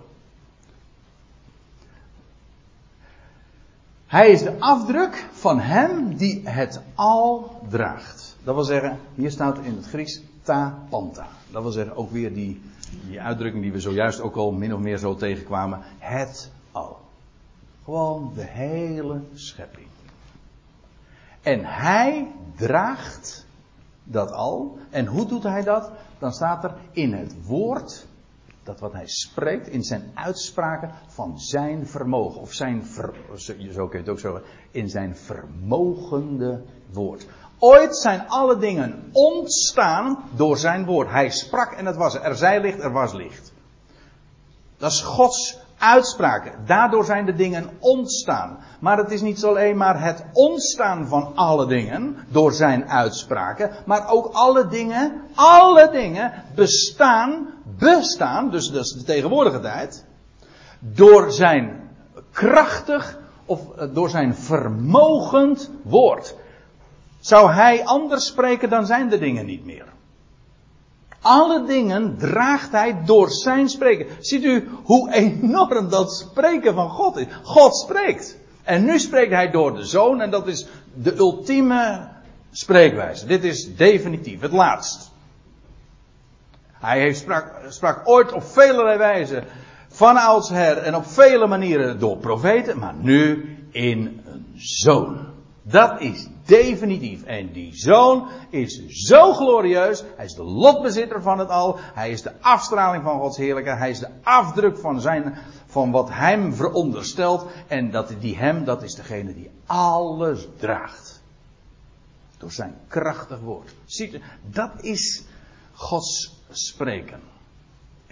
[SPEAKER 1] Hij is de afdruk van hem die het al draagt. Dat wil zeggen, hier staat in het Grieks ta panta. Dat wil zeggen ook weer die uitdrukking die we zojuist ook al min of meer zo tegenkwamen. Het al. Gewoon de hele schepping. En hij draagt dat al. En hoe doet hij dat? Dan staat er in het woord, dat wat hij spreekt, in zijn uitspraken van zijn vermogen. Of zo kun je het ook zeggen, in zijn vermogende woord. Ooit zijn alle dingen ontstaan door zijn woord. Hij sprak en het was er. Er zij licht, er was licht. Dat is Gods uitspraken. Daardoor zijn de dingen ontstaan. Maar het is niet alleen maar het ontstaan van alle dingen door zijn uitspraken. Maar ook alle dingen bestaan, dus dat is de tegenwoordige tijd. Door zijn krachtig of door zijn vermogend woord. Zou hij anders spreken, dan zijn de dingen niet meer. Alle dingen draagt hij door zijn spreken. Ziet u hoe enorm dat spreken van God is? God spreekt. En nu spreekt hij door de Zoon en dat is de ultieme spreekwijze. Dit is definitief, het laatst. Hij sprak ooit op vele wijzen van oudsher en op vele manieren door profeten, maar nu in een Zoon. Dat is definitief. En die Zoon is zo glorieus. Hij is de lotbezitter van het al. Hij is de afstraling van Gods heerlijkheid. Hij is de afdruk van wat hem veronderstelt. En dat is degene die alles draagt. Door zijn krachtig woord. Ziet u, dat is Gods spreken.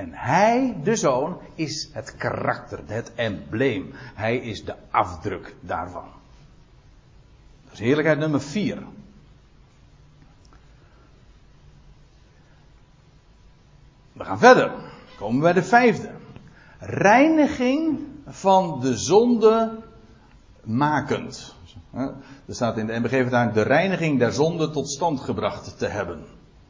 [SPEAKER 1] En hij, de Zoon, is het karakter, het embleem. Hij is de afdruk daarvan. Dat is heerlijkheid nummer 4. We gaan verder. Komen we bij de 5e. Reiniging van de zonde makend. Er staat in de NBG-vertaling de reiniging der zonde tot stand gebracht te hebben.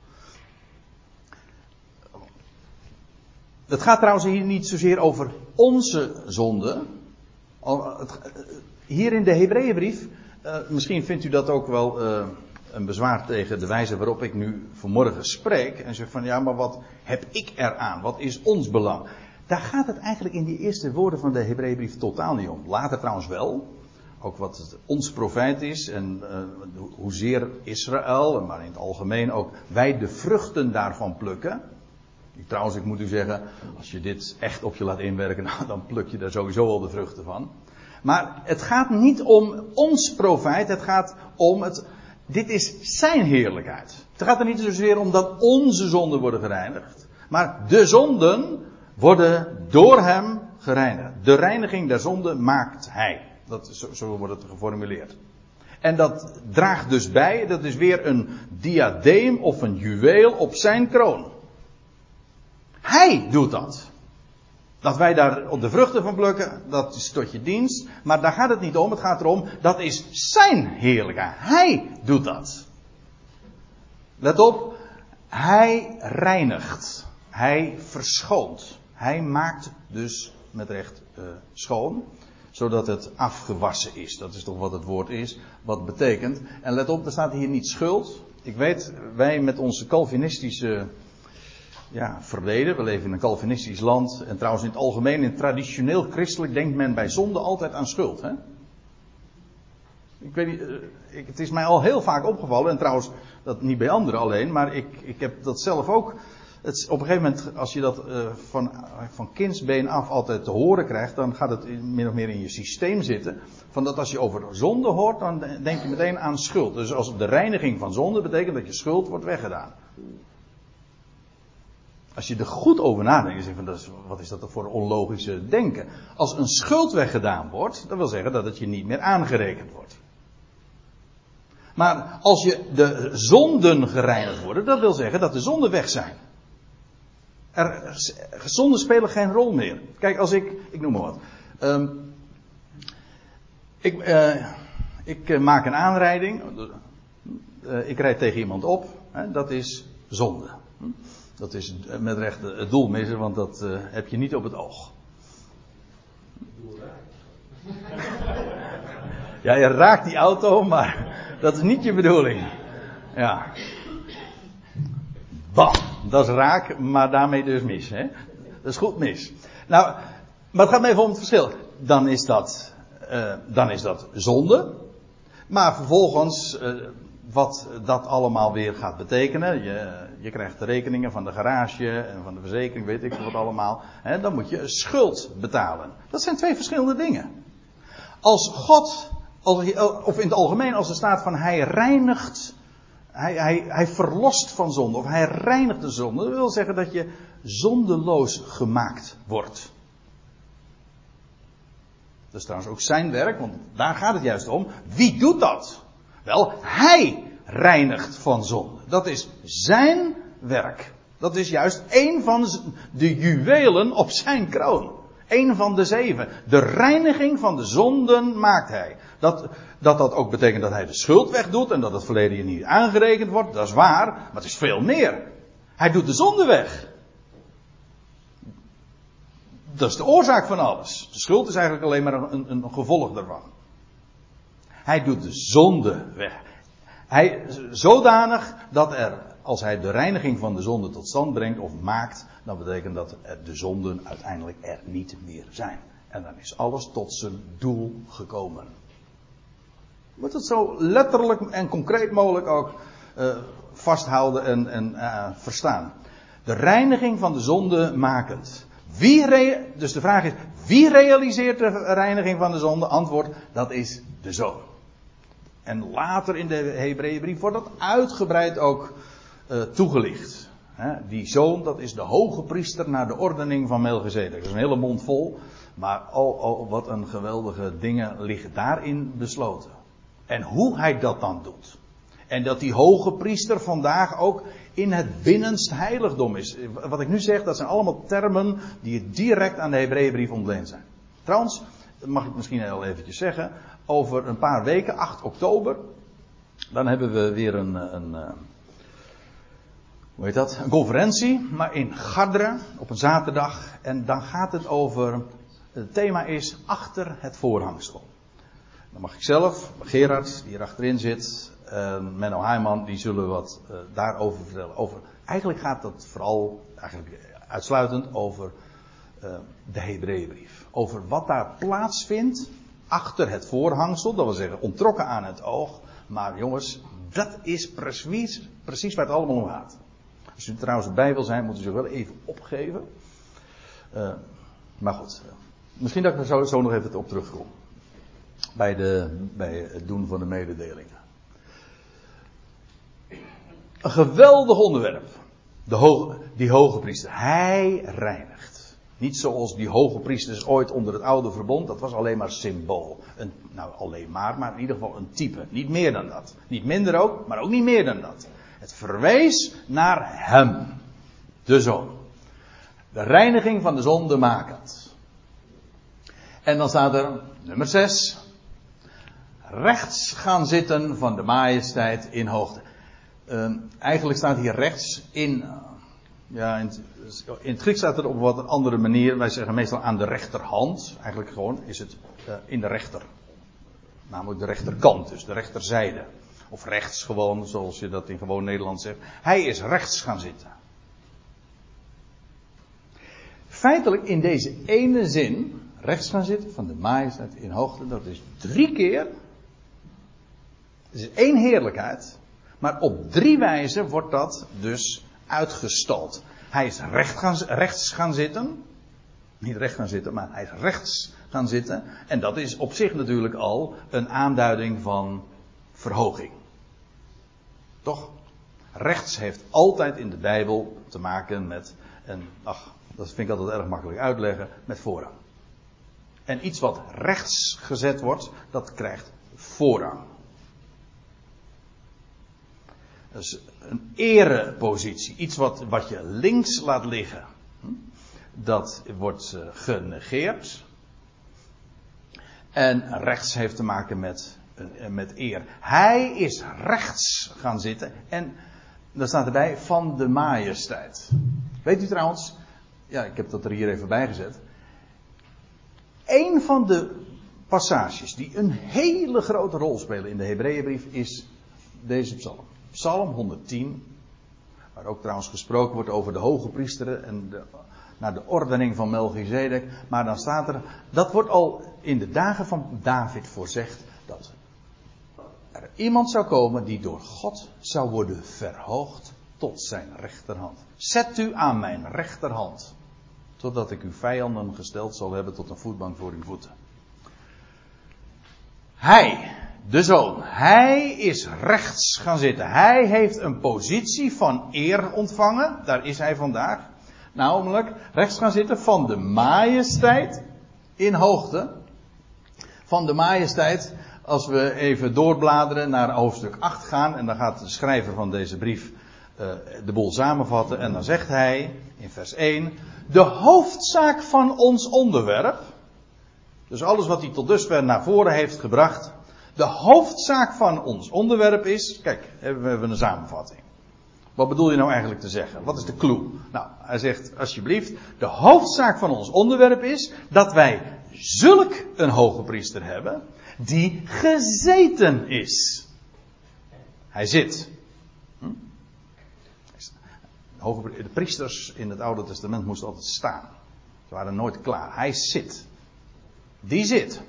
[SPEAKER 1] Het gaat trouwens hier niet zozeer over onze zonde. Hier in de Hebreeënbrief, misschien vindt u dat ook wel een bezwaar tegen de wijze waarop ik nu vanmorgen spreek. En zegt van ja, maar wat heb ik eraan? Wat is ons belang? Daar gaat het eigenlijk in die eerste woorden van de Hebreeënbrief totaal niet om. Later trouwens wel. Ook wat het ons profijt is en hoezeer Israël, maar in het algemeen ook wij de vruchten daarvan plukken. Trouwens, ik moet u zeggen, als je dit echt op je laat inwerken, nou, dan pluk je daar sowieso al de vruchten van. Maar het gaat niet om ons profijt, het gaat om dit is zijn heerlijkheid. Het gaat er niet zozeer om dat onze zonden worden gereinigd, maar de zonden worden door hem gereinigd. De reiniging der zonde maakt hij. Zo wordt het geformuleerd. En dat draagt dus bij, dat is weer een diadeem of een juweel op zijn kroon. Hij doet dat. Dat wij daar op de vruchten van plukken, dat is tot je dienst. Maar daar gaat het niet om. Het gaat erom, dat is zijn heerlijkheid. Hij doet dat. Let op. Hij reinigt. Hij verschoont. Hij maakt dus met recht schoon. Zodat het afgewassen is. Dat is toch wat het woord is. Wat betekent. En let op, er staat hier niet schuld. Ik weet, wij met onze Calvinistische verleden. We leven in een Calvinistisch land. En trouwens in het algemeen, in traditioneel christelijk, denkt men bij zonde altijd aan schuld. Hè? Ik weet niet, het is mij al heel vaak opgevallen. En trouwens, dat niet bij anderen alleen. Maar ik heb dat zelf ook. Op een gegeven moment, als je dat van kindsbeen af altijd te horen krijgt. Dan gaat het min of meer in je systeem zitten. Van dat als je over zonde hoort, dan denk je meteen aan schuld. Dus als de reiniging van zonde betekent dat je schuld wordt weggedaan. Als je er goed over nadenkt, dan zeg je van, wat is dat voor onlogische denken? Als een schuld weggedaan wordt, dat wil zeggen dat het je niet meer aangerekend wordt. Maar als je de zonden gereinigd worden, dat wil zeggen dat de zonden weg zijn. Zonden spelen geen rol meer. Kijk, als ik noem maar wat. Ik maak een aanrijding. Ik rijd tegen iemand op. Dat is zonde. Dat is met recht het doel missen, want dat heb je niet op het oog. Ja, je raakt die auto, maar dat is niet je bedoeling. Ja. Bam, dat is raak, maar daarmee dus mis. Hè? Dat is goed mis. Nou, maar het gaat me even om het verschil. Dan is dat zonde. Maar vervolgens, wat dat allemaal weer gaat betekenen. Je krijgt de rekeningen van de garage en van de verzekering, weet ik wat allemaal. Hè, dan moet je schuld betalen. Dat zijn twee verschillende dingen. Als God, of in het algemeen als er staat van hij reinigt, hij verlost van zonde, of hij reinigt de zonde. Dat wil zeggen dat je zondeloos gemaakt wordt. Dat is trouwens ook zijn werk, want daar gaat het juist om. Wie doet dat? Wel, hij reinigt van zonde. Dat is zijn werk. Dat is juist een van de juwelen op zijn kroon. Een van de 7. De reiniging van de zonden maakt hij. Dat ook betekent dat hij de schuld wegdoet en dat het verleden je niet aangerekend wordt, dat is waar, maar het is veel meer. Hij doet de zonde weg. Dat is de oorzaak van alles. De schuld is eigenlijk alleen maar een gevolg daarvan. Hij doet de zonde weg. Zodanig dat als hij de reiniging van de zonde tot stand brengt of maakt, dan betekent dat de zonden uiteindelijk er niet meer zijn. En dan is alles tot zijn doel gekomen. Je moet het zo letterlijk en concreet mogelijk ook vasthouden en verstaan. De reiniging van de zonde makend. Dus de vraag is, wie realiseert de reiniging van de zonde? Antwoord, dat is de Zoon. En later in de Hebreeënbrief wordt dat uitgebreid ook toegelicht. Die zoon, dat is de hoge priester naar de ordening van Melchizedek. Dat is een hele mond vol. Maar wat een geweldige dingen liggen daarin besloten. En hoe hij dat dan doet. En dat die hoge priester vandaag ook in het binnenst heiligdom is. Wat ik nu zeg, dat zijn allemaal termen die direct aan de Hebreeënbrief ontleend zijn. Trouwens, dat mag ik misschien heel eventjes zeggen. Over een paar weken, 8 oktober. Dan hebben we weer een conferentie. Maar in Garderen op een zaterdag. En dan gaat het over. Het thema is achter het voorhangsel. Dan mag ik zelf, Gerard, die hier achterin zit. Menno Heijman, die zullen wat daarover vertellen. Eigenlijk gaat het vooral, uitsluitend over de Hebreeënbrief. Over wat daar plaatsvindt achter het voorhangsel. Dat wil zeggen, ontrokken aan het oog. Maar jongens, dat is precies waar het allemaal om gaat. Als u trouwens erbij wil zijn, moet u zich wel even opgeven. Maar goed, misschien dat ik er zo nog even op terugkom. Bij het doen van de mededelingen. Een geweldig onderwerp. Die hoge priester. Hij reinigt. Niet zoals die hoge priesters ooit onder het oude verbond. Dat was alleen maar symbool. Maar in ieder geval een type. Niet meer dan dat. Niet minder ook, maar ook niet meer dan dat. Het verwees naar hem. De Zoon. De reiniging van de zonde makend. En dan staat er, nummer 6. Rechts gaan zitten van de majesteit in hoogte. Eigenlijk staat hier rechts in het Grieks staat het op wat een andere manier. Wij zeggen meestal aan de rechterhand. Eigenlijk gewoon is het in de rechter. Namelijk de rechterkant, dus de rechterzijde. Of rechts gewoon, zoals je dat in gewoon Nederlands zegt. Hij is rechts gaan zitten. Feitelijk in deze ene zin, rechts gaan zitten van de majesteit in hoogte, dat is 3 keer. Het is 1 heerlijkheid. Maar op 3 wijzen wordt dat dus uitgestald. Hij is rechts gaan zitten. Niet recht gaan zitten, maar hij is rechts gaan zitten. En dat is op zich natuurlijk al een aanduiding van verhoging. Toch? Rechts heeft altijd in de Bijbel te maken met, dat vind ik altijd erg makkelijk uitleggen, met voorrang. En iets wat rechts gezet wordt, dat krijgt voorrang. Dat is een erepositie. Iets wat je links laat liggen. Dat wordt genegeerd. En rechts heeft te maken met eer. Hij is rechts gaan zitten. En daar staat erbij van de majesteit. Weet u trouwens. Ja, ik heb dat er hier even bij gezet. Een van de passages die een hele grote rol spelen in de Hebreeënbrief is deze psalm. Psalm 110, waar ook trouwens gesproken wordt over de hoge priesteren en naar de ordening van Melchizedek. Maar dan staat er, dat wordt al in de dagen van David voorzegd, dat er iemand zou komen die door God zou worden verhoogd tot zijn rechterhand. Zet u aan mijn rechterhand, totdat ik uw vijanden gesteld zal hebben tot een voetbank voor uw voeten. Hij, de Zoon, hij is rechts gaan zitten. Hij heeft een positie van eer ontvangen. Daar is hij vandaag. Namelijk rechts gaan zitten van de majesteit in hoogte. Van de majesteit, als we even doorbladeren naar hoofdstuk 8 gaan. En dan gaat de schrijver van deze brief de boel samenvatten. En dan zegt hij in vers 1. De hoofdzaak van ons onderwerp. Dus alles wat hij tot dusver naar voren heeft gebracht. De hoofdzaak van ons onderwerp is. Kijk, we hebben een samenvatting. Wat bedoel je nou eigenlijk te zeggen? Wat is de clue? Nou, hij zegt alsjeblieft. De hoofdzaak van ons onderwerp is dat wij zulk een hoge priester hebben. Die gezeten is. Hij zit. De priesters in het Oude Testament moesten altijd staan. Ze waren nooit klaar. Hij zit. Die zit.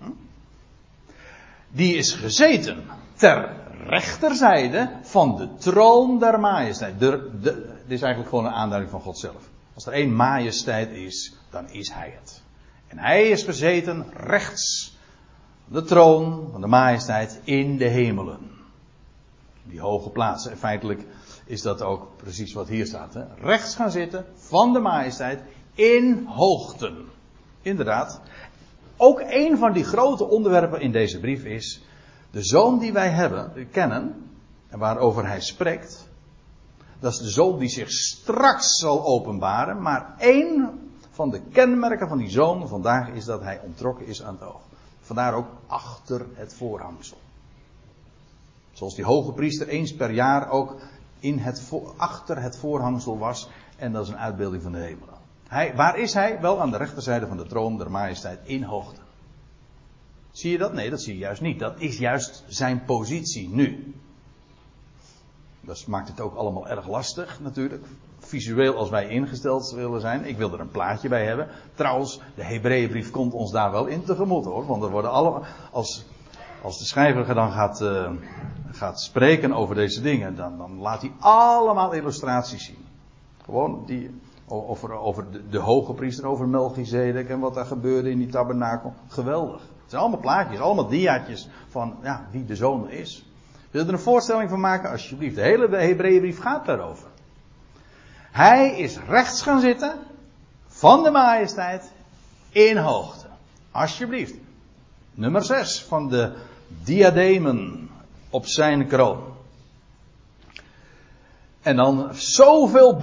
[SPEAKER 1] Die is gezeten ter rechterzijde van de troon der majesteit. Dit is eigenlijk gewoon een aanduiding van God zelf. Als er één majesteit is, dan is hij het. En hij is gezeten rechts de troon van de majesteit in de hemelen. Die hoge plaatsen. En feitelijk is dat ook precies wat hier staat. Hè? Rechts gaan zitten van de majesteit in hoogten. Inderdaad. Ook een van die grote onderwerpen in deze brief is de zoon die wij kennen en waarover hij spreekt. Dat is de zoon die zich straks zal openbaren. Maar één van de kenmerken van die zoon vandaag is dat hij ontrokken is aan het oog. Vandaar ook achter het voorhangsel. Zoals die hoge priester eens per jaar ook achter het voorhangsel was. En dat is een uitbeelding van de hemelen. Waar is hij? Wel aan de rechterzijde van de troon der majesteit in hoogte. Zie je dat? Nee, dat zie je juist niet. Dat is juist zijn positie nu. Dat maakt het ook allemaal erg lastig natuurlijk. Visueel als wij ingesteld willen zijn. Ik wil er een plaatje bij hebben. Trouwens, de Hebreeënbrief komt ons daar wel in tegemoet hoor. Want er worden als de schrijver dan gaat spreken over deze dingen. Dan laat hij allemaal illustraties zien. Gewoon over de hoge priester, over Melchizedek en wat daar gebeurde in die tabernakel. Geweldig. Het zijn allemaal plaatjes, allemaal diaatjes van wie de zoon is. Wil je er een voorstelling van maken? Alsjeblieft. De hele Hebreeënbrief gaat daarover. Hij is rechts gaan zitten van de majesteit in hoogte. Alsjeblieft. Nummer 6 van de diademen op zijn kroon. En dan zoveel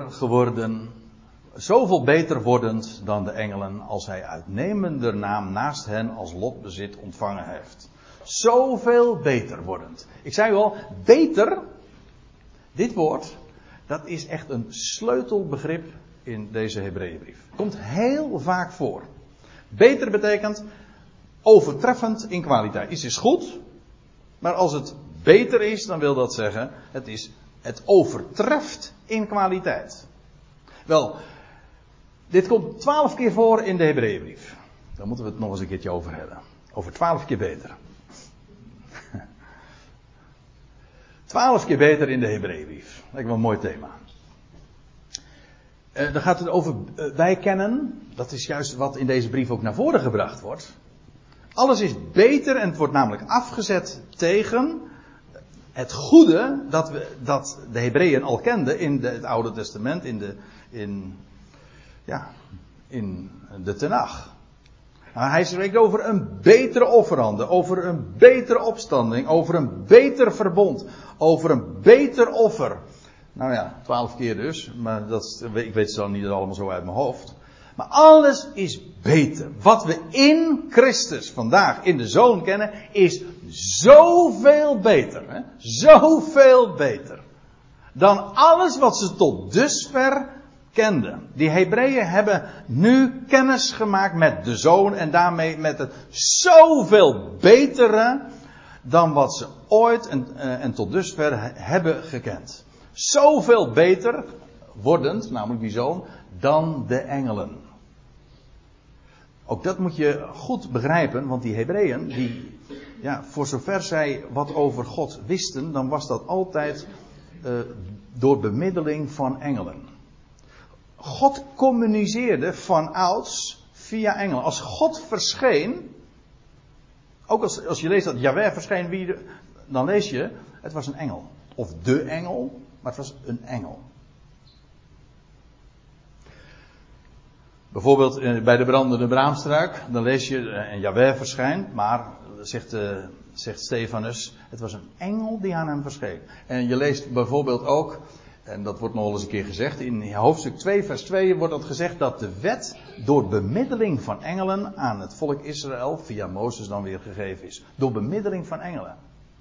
[SPEAKER 1] beter wordend dan de engelen als hij uitnemender naam naast hen als lotbezit ontvangen heeft. Zoveel beter wordend. Ik zei u al, beter, dit woord, dat is echt een sleutelbegrip in deze Hebreeënbrief. Komt heel vaak voor. Beter betekent overtreffend in kwaliteit. Iets is goed, maar als het beter is, dan wil dat zeggen, het overtreft in kwaliteit. Wel, dit komt 12 keer voor in de Hebreeënbrief. Daar moeten we het nog eens een keertje over hebben. Over 12 keer beter. 12 keer beter in de Hebreeënbrief. Lijkt wel een mooi thema. Dan gaat het over wij kennen. Dat is juist wat in deze brief ook naar voren gebracht wordt. Alles is beter en het wordt namelijk afgezet tegen het goede dat de Hebreeën al kenden in het Oude Testament, in de Tenach. Nou, hij spreekt over een betere offerande, over een betere opstanding, over een beter verbond, over een beter offer. Nou ja, 12 keer dus, maar ik weet het dan niet allemaal zo uit mijn hoofd. Maar alles is beter. Wat we in Christus vandaag in de Zoon kennen, is zoveel beter. Hè? Zoveel beter. Dan alles wat ze tot dusver kenden. Die Hebreeën hebben nu kennis gemaakt met de Zoon en daarmee met het zoveel betere dan wat ze ooit en tot dusver hebben gekend. Zoveel beter wordend, namelijk die Zoon, dan de engelen. Ook dat moet je goed begrijpen, want die Hebreeën, voor zover zij wat over God wisten, dan was dat altijd door bemiddeling van engelen. God communiceerde van ouds via engelen. Als God verscheen, ook als je leest dat Jahweh verscheen, dan lees je, het was een engel. Of de engel, maar het was een engel. Bijvoorbeeld bij de brandende braamstruik, dan lees je en Jahweh verschijnt, maar zegt Stefanus, het was een engel die aan hem verscheen. En je leest bijvoorbeeld ook, en dat wordt nog wel eens een keer gezegd, in hoofdstuk 2 vers 2 wordt dat gezegd dat de wet door bemiddeling van engelen aan het volk Israël, via Mozes dan weer gegeven is. Door bemiddeling van engelen.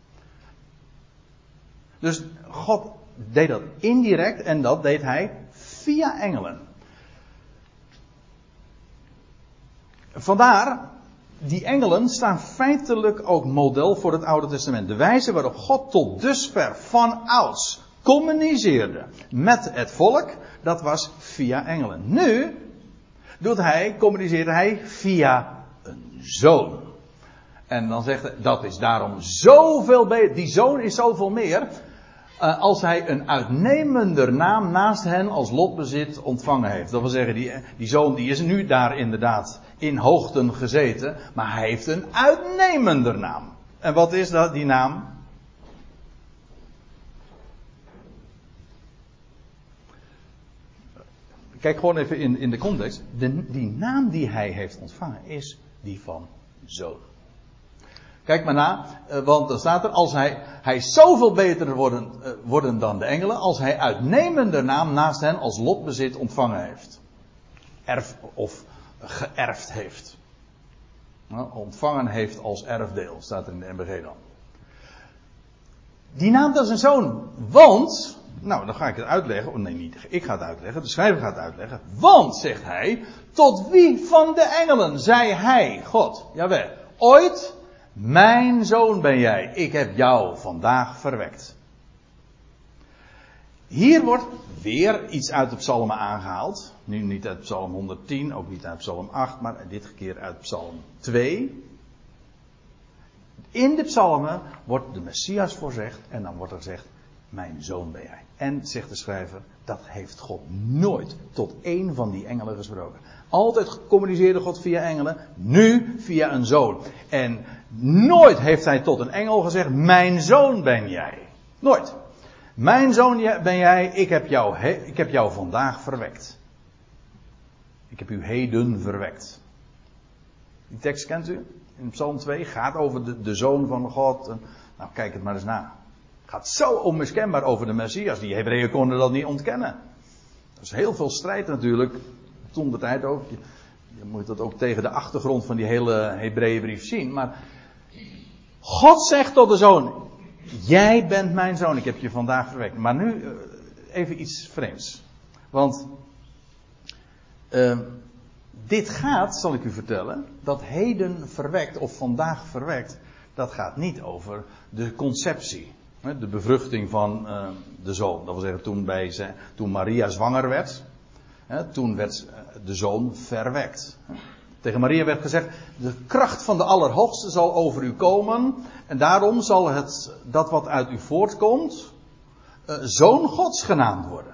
[SPEAKER 1] Dus God deed dat indirect en dat deed hij via engelen. Vandaar, die engelen staan feitelijk ook model voor het Oude Testament. De wijze waarop God tot dusver van ouds communiceerde met het volk, dat was via engelen. Nu communiceerde hij via een zoon. En dan zegt hij, dat is daarom zoveel beter. Die zoon is zoveel meer. Als hij een uitnemender naam naast hen als lotbezit ontvangen heeft. Dat wil zeggen, die zoon die is nu daar inderdaad in hoogten gezeten. Maar hij heeft een uitnemender naam. En wat is dat, die naam? kijk gewoon even in de context. Die naam die hij heeft ontvangen is die van zoon. Kijk maar na, want dan staat er, als hij is zoveel beter worden dan de engelen, als hij uitnemender naam naast hen als lotbezit ontvangen heeft. Of geërfd heeft. Nou, ontvangen heeft als erfdeel, staat er in de MBG dan. Die naam dat is een zoon, want, nou dan ga ik het uitleggen, oh nee niet, ik ga het uitleggen, de schrijver gaat het uitleggen. Want, zegt hij, tot wie van de engelen zei hij, God, jawel, ooit, mijn zoon ben jij, ik heb jou vandaag verwekt. Hier wordt weer iets uit de psalmen aangehaald. Nu niet uit psalm 110, ook niet uit psalm 8, maar dit keer uit psalm 2. In de psalmen wordt de Messias voorzegd en dan wordt er gezegd, mijn zoon ben jij. En, zegt de schrijver, dat heeft God nooit tot één van die engelen gesproken. Altijd communiceerde God via engelen, nu via een zoon. En nooit heeft hij tot een engel gezegd, mijn zoon ben jij. Nooit. Mijn zoon ben jij, ik heb jou vandaag verwekt. Ik heb u heden verwekt. Die tekst kent u? In Psalm 2 gaat over de zoon van God. Nou, kijk het maar eens na. Het gaat zo onmiskenbaar over de Messias. Die Hebreeën konden dat niet ontkennen. Er is heel veel strijd natuurlijk. Toen de tijd ook. Je moet dat ook tegen de achtergrond van die hele Hebreeënbrief zien. Maar God zegt tot de zoon, jij bent mijn zoon, ik heb je vandaag verwekt. Maar nu even iets vreemds. Want dit gaat, zal ik u vertellen, dat heden verwekt of vandaag verwekt, dat gaat niet over de conceptie. De bevruchting van de zoon. Dat wil zeggen toen Maria zwanger werd, toen werd de zoon verwekt. Tegen Maria werd gezegd, de kracht van de Allerhoogste zal over u komen. En daarom zal dat wat uit u voortkomt, zoon Gods genaamd worden.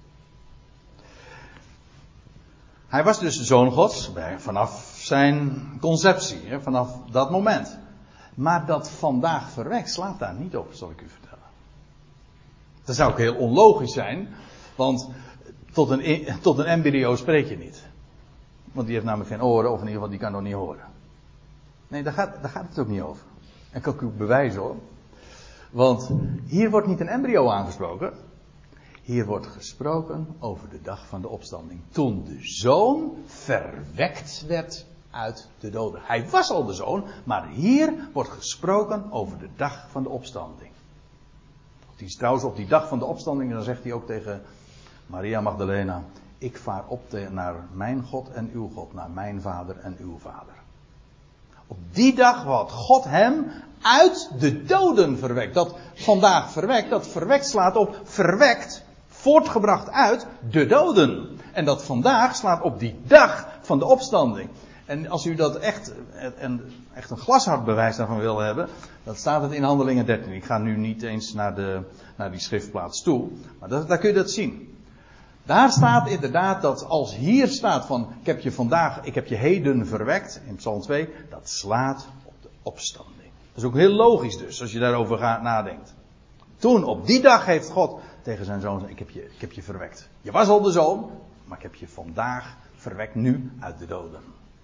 [SPEAKER 1] Hij was dus de zoon Gods vanaf zijn conceptie, vanaf dat moment. Maar dat vandaag verwekt slaat daar niet op, zal ik u vertellen. Dat zou ook heel onlogisch zijn, want tot een embryo spreek je niet. Want die heeft namelijk geen oren, of in ieder geval die kan nog niet horen. Nee, daar gaat het ook niet over. En kan ik u bewijzen hoor. Want hier wordt niet een embryo aangesproken. Hier wordt gesproken over de dag van de opstanding. Toen de zoon verwekt werd uit de doden. Hij was al de zoon, maar hier wordt gesproken over de dag van de opstanding. Trouwens op die dag van de opstanding, dan zegt hij ook tegen Maria Magdalena, ik vaar op naar mijn God en uw God, naar mijn vader en uw vader. Op die dag had God hem uit de doden verwekt. Dat vandaag verwekt, dat verwekt slaat op verwekt, voortgebracht uit de doden. En dat vandaag slaat op die dag van de opstanding. En als u dat echt een glashard bewijs daarvan wil hebben, dan staat het in Handelingen 13. Ik ga nu niet eens naar die schriftplaats toe, maar daar kun je dat zien. Daar staat inderdaad dat als hier staat van ik heb je heden verwekt, in Psalm 2, dat slaat op de opstanding. Dat is ook heel logisch dus, als je daarover nadenkt. Toen, op die dag heeft God tegen zijn zoon gezegd, ik heb je verwekt. Je was al de zoon, maar ik heb je vandaag verwekt nu uit de doden.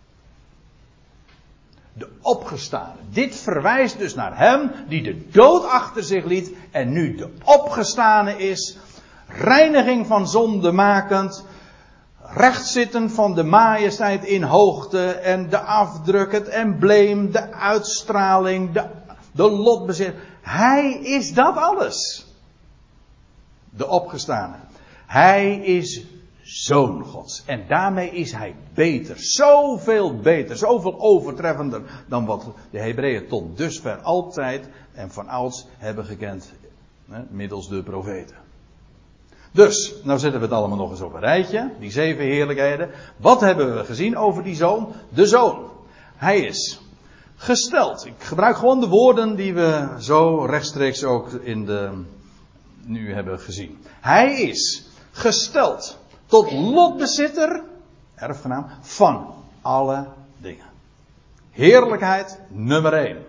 [SPEAKER 1] De opgestane. Dit verwijst dus naar hem die de dood achter zich liet en nu de opgestane is. Reiniging van zonde makend. Rechtzitten van de majesteit in hoogte. En de afdruk, het embleem, de uitstraling, de lotbezit. Hij is dat alles. De opgestane. Hij is zoon Gods. En daarmee is hij beter. Zoveel beter. Zoveel overtreffender dan wat de Hebreeën tot dusver altijd en vanouds hebben gekend. Middels de profeten. Dus, nou zetten we het allemaal nog eens op een rijtje. Die 7 heerlijkheden. Wat hebben we gezien over die zoon? De zoon. Hij is gesteld. Ik gebruik gewoon de woorden die we zo rechtstreeks ook nu hebben gezien. Hij is gesteld tot lotbezitter, erfgenaam, van alle dingen. Heerlijkheid nummer 1.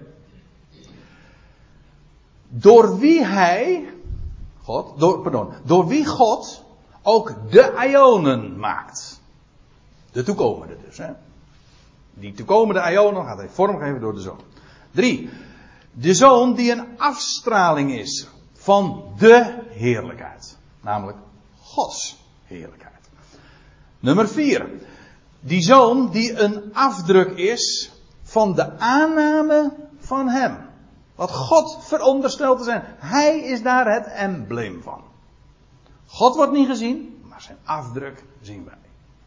[SPEAKER 1] Door wie God ook de aionen maakt. De toekomende dus. Hè. Die toekomende aionen gaat hij vormgeven door de Zoon. 3. De Zoon die een afstraling is van de heerlijkheid. Namelijk Gods heerlijkheid. Nummer 4. Die Zoon die een afdruk is van de aanname van hem. Wat God veronderstelt te zijn. Hij is daar het embleem van. God wordt niet gezien, maar zijn afdruk zien wij.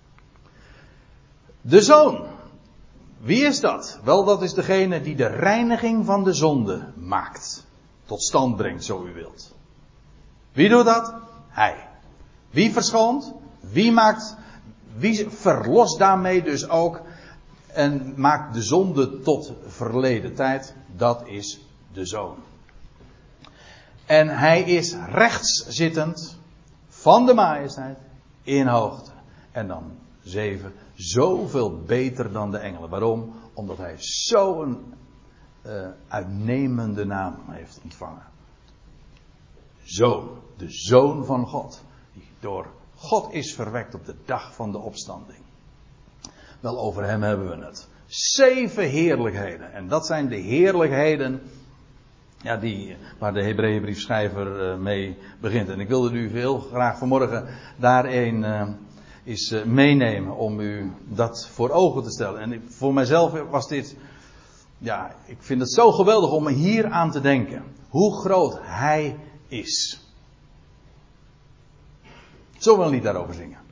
[SPEAKER 1] De Zoon. Wie is dat? Wel, dat is degene die de reiniging van de zonde maakt. Tot stand brengt, zo u wilt. Wie doet dat? Hij. Wie verschoont? Wie verlost daarmee dus ook en maakt de zonde tot verleden tijd? Dat is de Zoon. En hij is rechtszittend van de majesteit in hoogte. En dan 7. Zoveel beter dan de engelen. Waarom? Omdat hij zo'n uitnemende naam heeft ontvangen. Zoon. De Zoon van God. Die door God is verwekt op de dag van de opstanding. Wel, over hem hebben we het. 7 heerlijkheden. En dat zijn de heerlijkheden ja, waar de Hebreeënbriefschrijver mee begint. En ik wilde u heel graag vanmorgen daarin eens meenemen om u dat voor ogen te stellen. En voor mijzelf was dit, ja, ik vind het zo geweldig om hier aan te denken. Hoe groot hij is. Zullen we een lied daarover zingen?